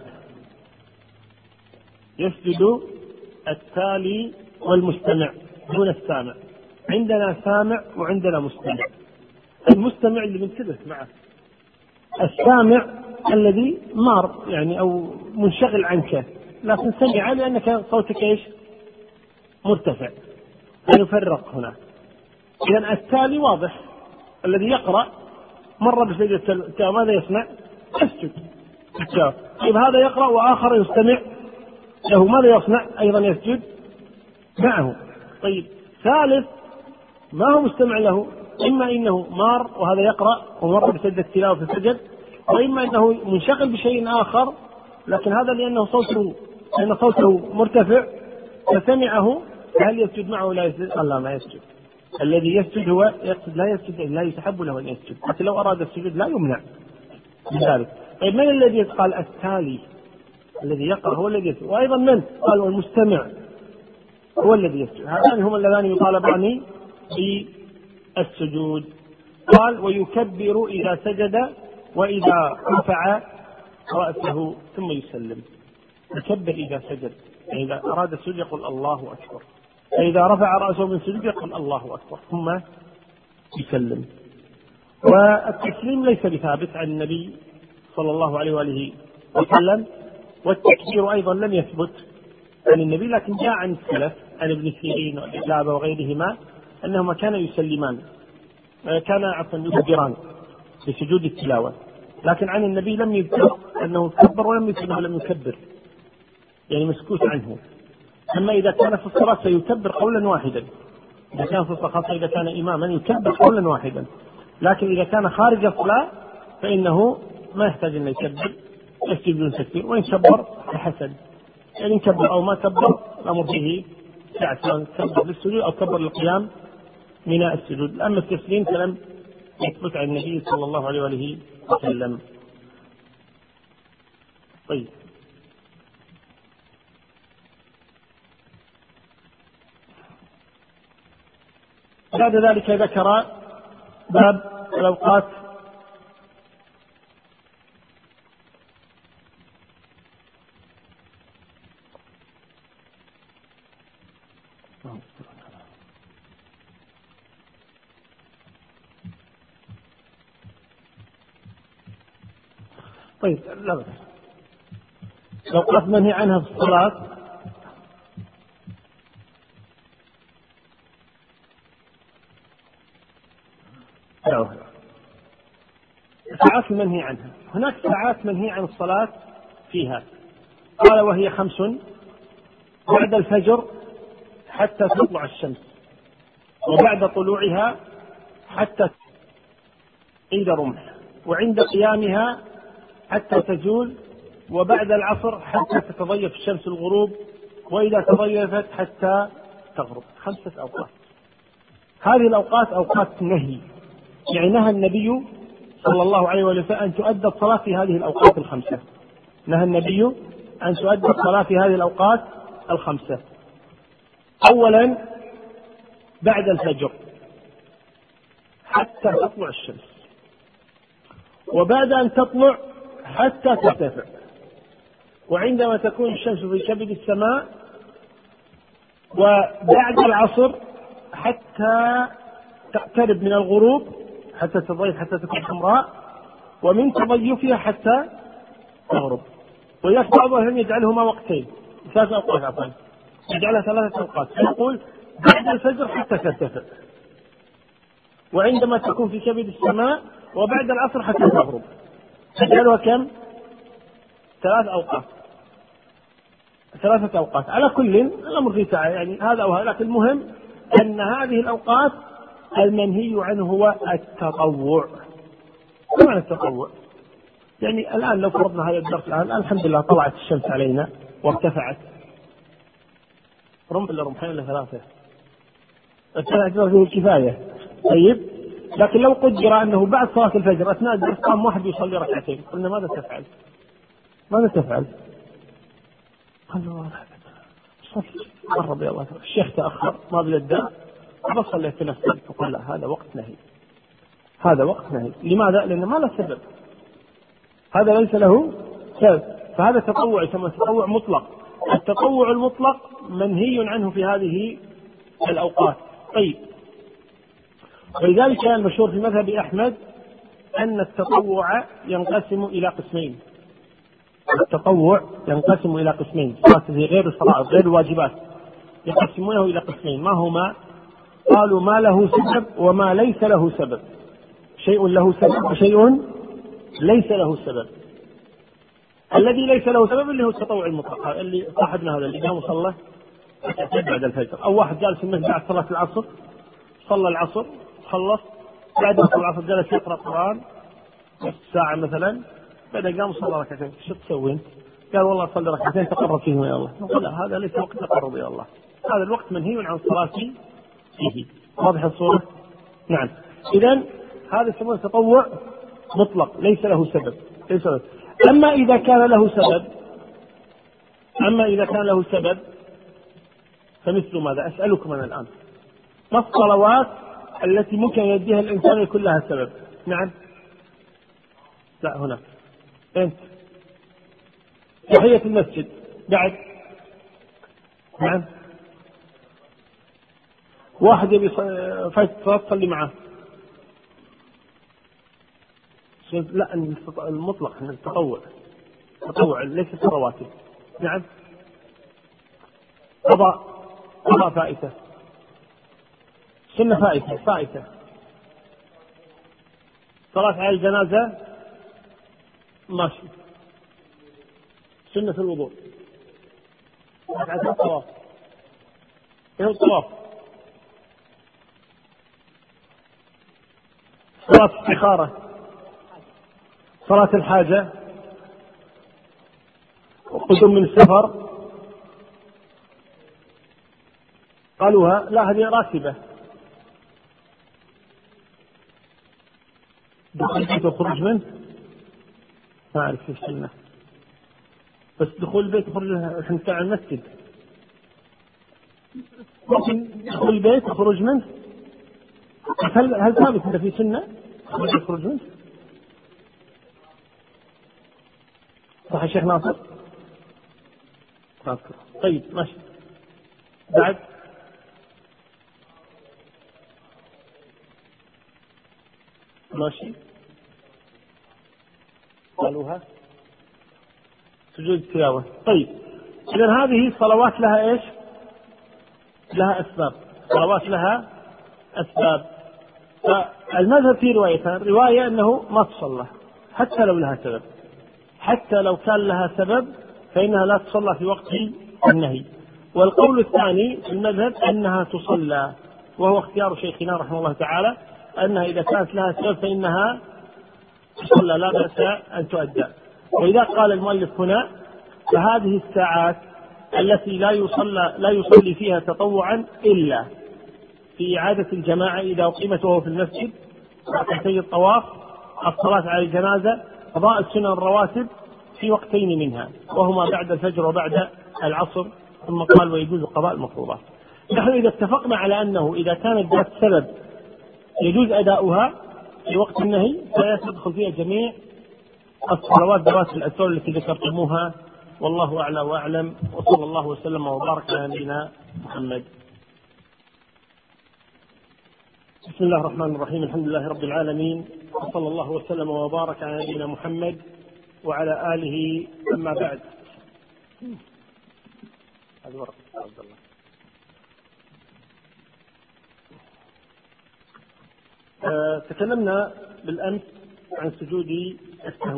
يسجد التالي والمستمع دون السامع. عندنا سامع وعندنا مستمع. المستمع اللي منتبه معه، السامع الذي مار يعني أو منشغل عنك لكن سمع لأنك صوتك إيش مرتفع، فنفرق هنا. إذن التالي واضح، الذي يقرأ مر بسجدة التلاوة ماذا يسمع؟ يسجد التلاوة. طيب هذا يقرأ وآخر يستمع له ماذا يصنع؟ أيضا يسجد معه. طيب ثالث ما هو مستمع له، إما إنه مار وهذا يقرأ ومر بسجدة التلاوة في السجد، وإما إنه منشغل بشيء آخر لكن هذا لأنه صوته لأن صوته مرتفع فسمعه، هل يسجد معه ولا يسجد؟ قال لا ما يسجد. الذي يسجد هو يقصد لا يسجد، لا يسحب له أن يسجد، حتى لو أراد السجود لا يمنع بذلك. طيب من الذي قال التالي؟ الذي يقرأ هو الذي يسجد. وأيضا من قال والمستمع هو الذي يسجد. هذان هم اللذان يطالبان بالسجود. قال ويكبر إذا سجد وإذا رفع رأسه ثم يسلم. يكبر إذا سجد، يعني إذا أراد السجود يقول الله أكبر، فإذا رفع رأسه من سجود يقول الله أكبر ثم يسلم. والتسليم ليس بثابت عن النبي صلى الله عليه وآله وسلم، والتكبير أيضا لم يثبت عن النبي، لكن جاء عن السلف عن ابن سيرين والإعلابة وغيرهما أنهما كانوا يسلمان، كان عفوا يكبران بسجود التلاوة، لكن عن النبي لم يذكر أنه كبر ولم يذكر أنه لم يكبر، يعني مسكوت عنه. أما إذا كان في الصلاة فيكبر قولا واحدا، إذا كان في الصلاة خاصة إذا كان إماما يكبر قولا واحدا، لكن إذا كان خارج الصلاة فإنه ما يحتاج أن يكبر، يسجد بدون تكبير، وإن كبر فحسن، يعني كبر أو ما كبر الأمر فيه سعة، سواء كبر للسجود أو كبر للقيام من السجود. أما التسليم فلم يثبت عن النبي صلى الله عليه وآله وسلم. طيب بعد ذلك ذكر باب الأوقات. طيب لا بأس. الأوقات منهي عنها في الصلاة ساعات منهي عنها. هناك ساعات منهي عن الصلاة فيها. قال وهي خمس: بعد الفجر حتى تطلع الشمس، وبعد طلوعها حتى عند رمح، وعند قيامها حتى تزول وبعد العصر حتى تتضيف الشمس الغروب، وإذا تضيفت حتى تغرب. خمسة أوقات. هذه الأوقات أوقات نهي، يعني نهى النبي صلى الله عليه وسلم أن تؤدى الصلاة في هذه الأوقات الخمسة. نهى النبي أن تؤدى الصلاة في هذه الأوقات الخمسة. أولا بعد الفجر حتى تطلع الشمس، وبعد أن تطلع حتى ترتفع، وعندما تكون الشمس في كبد السماء، وبعد العصر حتى تقترب من الغروب، حتى تضيف حتى تكون حمراء، ومن تضيفها حتى تغرب. ويأتي بعض أهل يجعلهما وقتين، ثلاث أوقات عفوا، يجعلها ثلاثة أوقات، يقول بعد الفجر حتى ترتفع، وعندما تكون في كبد السماء، وبعد العصر حتى تغرب. يجعلها كم؟ ثلاث أوقات. ثلاثة أوقات. على كل الأمر في ساعة، يعني هذا أو هذا، لكن المهم أن هذه الأوقات المنهي عنه هو التطوع. ما معنى التطوع؟ يعني الآن لو فرضنا هذا الدرس الآن، الحمد لله طلعت الشمس علينا وارتفعت، رمح إلا رمحين إلا ثلاثة، ارتفعت فيه الكفاية. طيب، لكن لو قدر أنه بعد صلاة الفجر أثناء الدرس قام واحد يصلي ركعتين، قلنا ماذا تفعل؟ ماذا تفعل؟ قال له صلي، قرب يا الله، الشيخ تأخر ما بلده، بصلي في نفسي. فقل لا، هذا وقت نهي، هذا وقت نهي. لماذا؟ لأنه ما له سبب، هذا ليس له سبب، فهذا تطوع، يسمى تطوع مطلق. التطوع المطلق منهي عنه في هذه الأوقات. طيب، ولذلك المشهور في مذهب أحمد أن التطوع ينقسم إلى قسمين. التطوع ينقسم إلى قسمين، صلاة غير الفرائض غير الواجبات يقسمونه إلى قسمين. ما هما؟ قالوا ما له سبب وما ليس له سبب. شيء له سبب وشيء ليس له سبب. الذي ليس له سبب اللي هو التطوع المطلق، اللي صاحبنا هذا اللي قام صلى بعد الفجر، أو واحد جالس في المسجد بعد صلاة العصر، صلى العصر خلص، بعد صلاة العصر جلس يقرأ القرآن نص ساعة مثلا، بعد قام صلى ركعتين. شو تسوي انت؟ قال والله صلي ركعتين تقرب فيهم يا الله. نقول لا، هذا ليس وقت تقرب يا الله، هذا الوقت منهي عن الصلاة فيه. واضح الصورة؟ نعم. إذن هذا يسمونه تطوع مطلق ليس له سبب. ليس له. أما إذا كان له سبب أما إذا كان له سبب فمثل ماذا؟ أسألكم أنا الآن، ما الصلوات التي ممكن يديها الإنسان يكون لها سبب؟ نعم. لا، هنا أنت تحية المسجد بعد. نعم. واحد يبي تصلي معه، لا المطلق التطوع، التطوع ليس الرواتب. نعم. قضاء قضاء فائتة، سنة فائتة فائتة صلاة على الجنازة ماشي، سنة الوضوء، ركعتين الطواف. ايه الطواف؟ صلاة الاستخارة، صلاة الحاجة، قدوم من السفر. قالوها لا، هذه راتبة. دخول البيت والخروج منه ما أعرف ايش سنة، بس دخول البيت وخروج منه احنا نتكلم عن المسجد. ممكن دخول البيت وخروج منه، هل هل ثابت ان في سنة خروج منه؟ صح يا شيخ ناصر؟ ناصر. طيب ماشي. بعد ماشي. قالوها سجود التلاوة. طيب، إذن هذه صلوات لها إيش؟ لها أسباب. صلوات لها أسباب. فالمذهب في روايتان، رواية أنه ما تصلى حتى لو لها سبب، حتى لو كان لها سبب فإنها لا تصلى في وقت النهي. والقول الثاني المذهب أنها تصلى، وهو اختيار شيخنا رحمه الله تعالى، أنها إذا كانت لها سبب فإنها تصلى لا بأس أن تؤدى. وإذا قال المؤلف هنا فهذه الساعات التي لا يصلى لا يصلي فيها تطوعا إلا في إعادة الجماعة إذا أقيمت وهو في المسجد، ركعتي الطواف، الصلاة على الجنازة، قضاء السنن الرواتب في وقتين منها وهما بعد الفجر وبعد العصر. ثم قال ويجوز قضاء المفروضات. نحن إذا اتفقنا على أنه إذا كانت ذات سبب يجوز أداؤها في وقت النهي فيدخل فيها جميع الصلوات ذوات الأسباب التي ذكرتموها، والله أعلى وأعلم، وصلى الله وسلم وبارك على نبينا محمد. بسم الله الرحمن الرحيم، الحمد لله رب العالمين، وصلى الله وسلم وبارك على نبينا محمد وعلى آله. أما بعد، هذه ورقة عبد الله. أه تكلمنا بالأمس عن سجود السهو،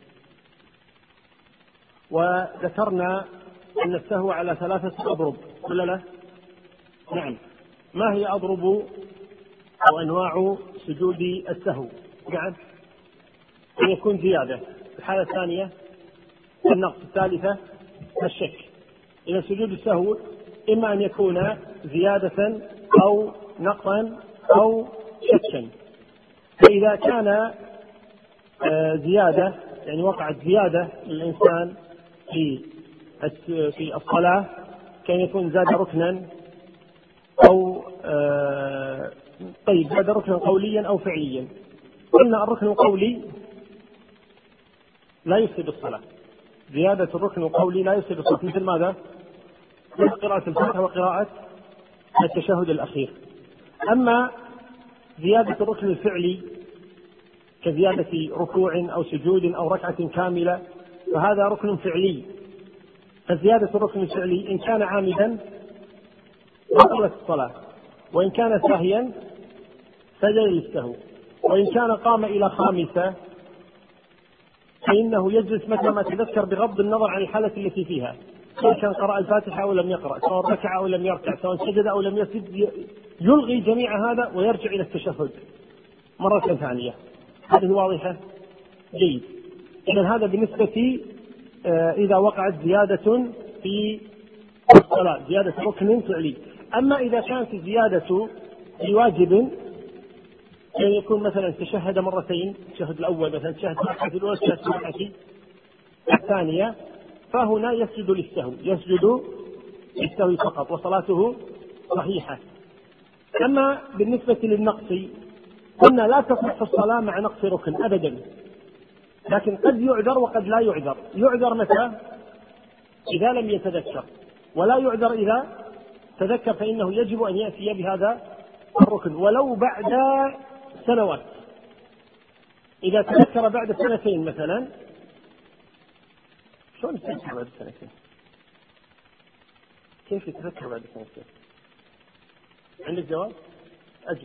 وذكرنا أن السهو على ثلاثة أضرب ولا لا؟ نعم. ما هي أضرب أو أنواع سجود السهو؟ نعم، أن يكون زيادة، الحالة الثانية النقص، الثالثة الشك. إذا سجود السهو إما أن يكون زيادة أو نقصا أو شكا. فإذا كان زيادة يعني وقعت زيادة للإنسان في في الصلاة، كان يكون زاد ركنا أو طيب زاد ركنا قوليا أو فعليا. قلنا الركن القولي لا يفسد الصلاة، زيادة الركن القولي لا يفسد الصلاة، مثل ماذا؟ مثل قراءة الفاتحة وقراءة التشهد الأخير. أما زيادة الركن الفعلي كزيادة ركوع أو سجود أو ركعة كاملة فهذا ركن فعلي. فزيادة الركن الفعلي إن كان عامدا بطلت الصلاة، وإن كان ساهيا سجد للسهو، وإن كان قام إلى خامسة فإنه يجلس متى ما تذكر بغض النظر عن الحالة التي فيها، سواء كان قرأ الفاتحة أو لم يقرأ، سواء ركع أو لم يركع، سواء سجد أو لم يسجد، يلغي جميع هذا ويرجع إلى التشهد مرة ثانية. هذه واضحة؟ جيد. إذن هذا بالنسبة آه إذا وقعت زيادة في الصلاة، زيادة ركن فعلي. أما إذا كانت الزيادة في واجب، يعني يكون مثلا تشهد مرتين، التشهد الأول مثلا تشهد الركعة الأولى تشهد الركعة الثانية، فهنا يسجد للسهو، يسجد للسهو فقط وصلاته صحيحة. أما بالنسبة للنقص قلنا لا تصح الصلاة مع نقص ركن أبدا، لكن قد يعذر وقد لا يعذر. يعذر متى؟ إذا لم يتذكر، ولا يعذر إذا تذكر، فإنه يجب أن يأتي بهذا الركن ولو بعد سنوات. إذا تذكر بعد سنتين مثلا، شلون يتذكر بعد سنتين؟ كيف يتذكر بعد سنتين؟ عندك جواب؟ أجل.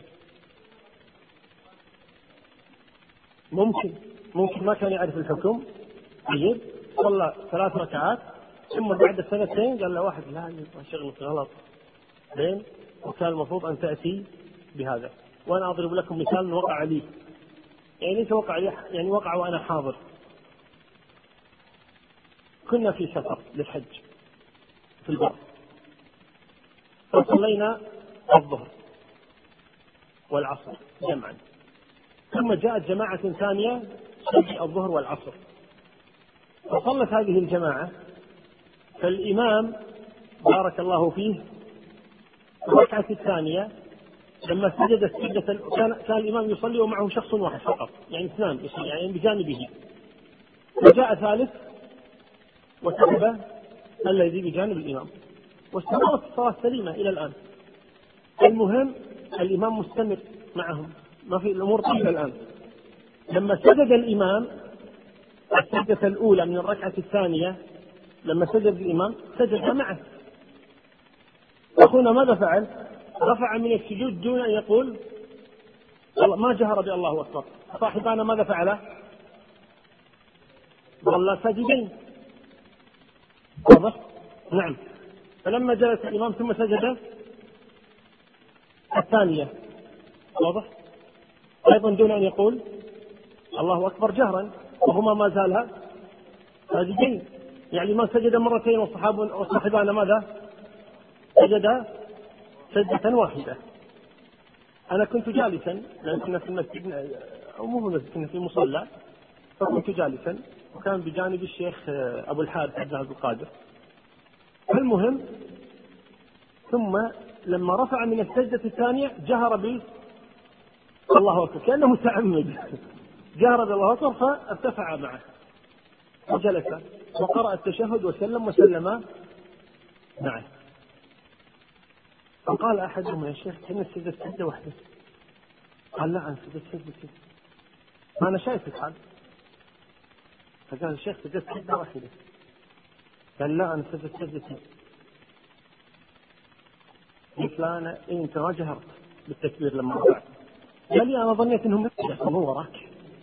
ممكن ممكن ما كان يعرف الحكم، طيب صلى ثلاث ركعات ثم بعد سنتين قال له واحد لا شغلك غلط بين، وكان المفروض أن تأتي بهذا. وأنا أضرب لكم مثال وقع لي، يعني ليس وقع لي، يعني وقع وأنا حاضر. كنا في سفر للحج في البر، فصلينا الظهر والعصر جمعا، ثم جاءت جماعة ثانية تصلي الظهر والعصر، فصلت هذه الجماعة، فالإمام بارك الله فيه الركعة الثانية لما سجد السجدة كان كان الإمام يصلي ومعه شخص واحد فقط، يعني اثنان يصلي يعني بجانبه، وجاء ثالث وسحب الذي بجانب الإمام، واستمرت الصلاة سليمة إلى الآن. المهم الإمام مستمر معهم، ما في الأمور طيبة الآن. لما سجد الإمام السجدة الأولى من الركعة الثانية، لما سجد الإمام سجد معه. أخونا ماذا فعل؟ رفع من السجود دون أن يقول ما جهر بالله أكبر. صاحبنا ماذا فعل؟ ظل ساجدين. واضح؟ نعم. فلما جلس الإمام ثم سجد الثانية، واضح؟ أيضا دون أن يقول الله أكبر جهرا، وهما ما زالا ساجدين، يعني ما سجد مرتين والصحابة والصحابان ماذا؟ سجد سجدة واحدة. أنا كنت جالسا لأن كنا في المسجد أو مو في المسجد، كنا في المصلى، فكنت جالسا وكان بجانب الشيخ أبو الحارث عبد القادر. المهم ثم لما رفع من السجدة الثانية جهر ب الله أكبر كأنه متعمد، جهر بالله أكبر فارتفع معه وجلس وقرأ التشهد وسلم وسلم معه. فقال أحدهم يا شيخ كنا سجدت سجدة واحدة. قال لا أنا سجدت سجدتين، ما أنا شايف الحال. فقال الشيخ سجدت سجدة واحدة. قال لا أنا سجدت سجدتين. قلت لا أنا إيه أنت ما جهرت بالتكبير لما رفعت. قال لي أنا ظنيت إنهم يصلوا وراك.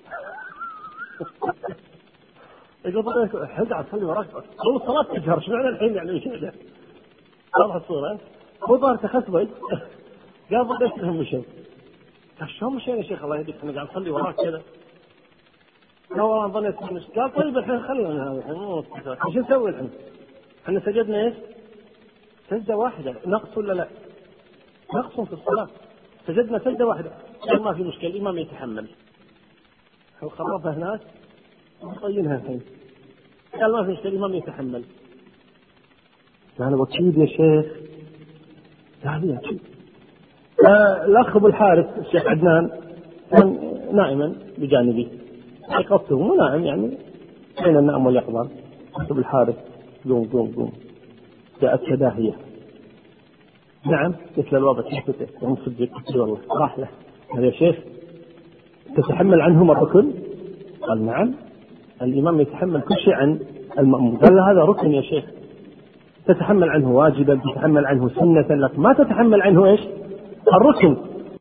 يقول حد تصلي وراك هو الصلاة تجهر شو معنى الحين يعني ايش هذا؟ واضح الصورة؟ هو ظهر تخسبج قال ظنيت إنهم مشوا. قال شلون مشينا يا شيخ الله يهديك احنا قاعد نصلي وراك كذا. قال والله ظنيت إنهم مشوا. قال طيب الحين خلينا هذا الحين مو ايش نسوي الحين؟ احنا سجدنا ايش؟ سجدة واحدة، نقص ولا لا؟ نقص في الصلاة. سجدنا سجدة واحدة. قال ما في مشكلة الإمام يتحمل. هو خربها هناك وطينها الحين. قال ما في مشكلة الإمام يتحمل. قال وكيد يا شيخ. قال يا أكيد. الأخ أبو الحارث الشيخ عدنان كان نائما بجانبي. أيقظته مو نائم يعني بين النائم واليقظان. أبو الحارث قوم قوم قوم. جاءتك داهية. نعم مثل الوضع تحته وهم صدق والله راح له. هذا يا شيخ تتحمل عنهم الركن؟ قال نعم الإمام يتحمل كل شيء عن المأموم. قال له هذا ركن يا شيخ تتحمل عنه واجبا، تتحمل عنه سنة لك، ما تتحمل عنه ايش؟ الركن.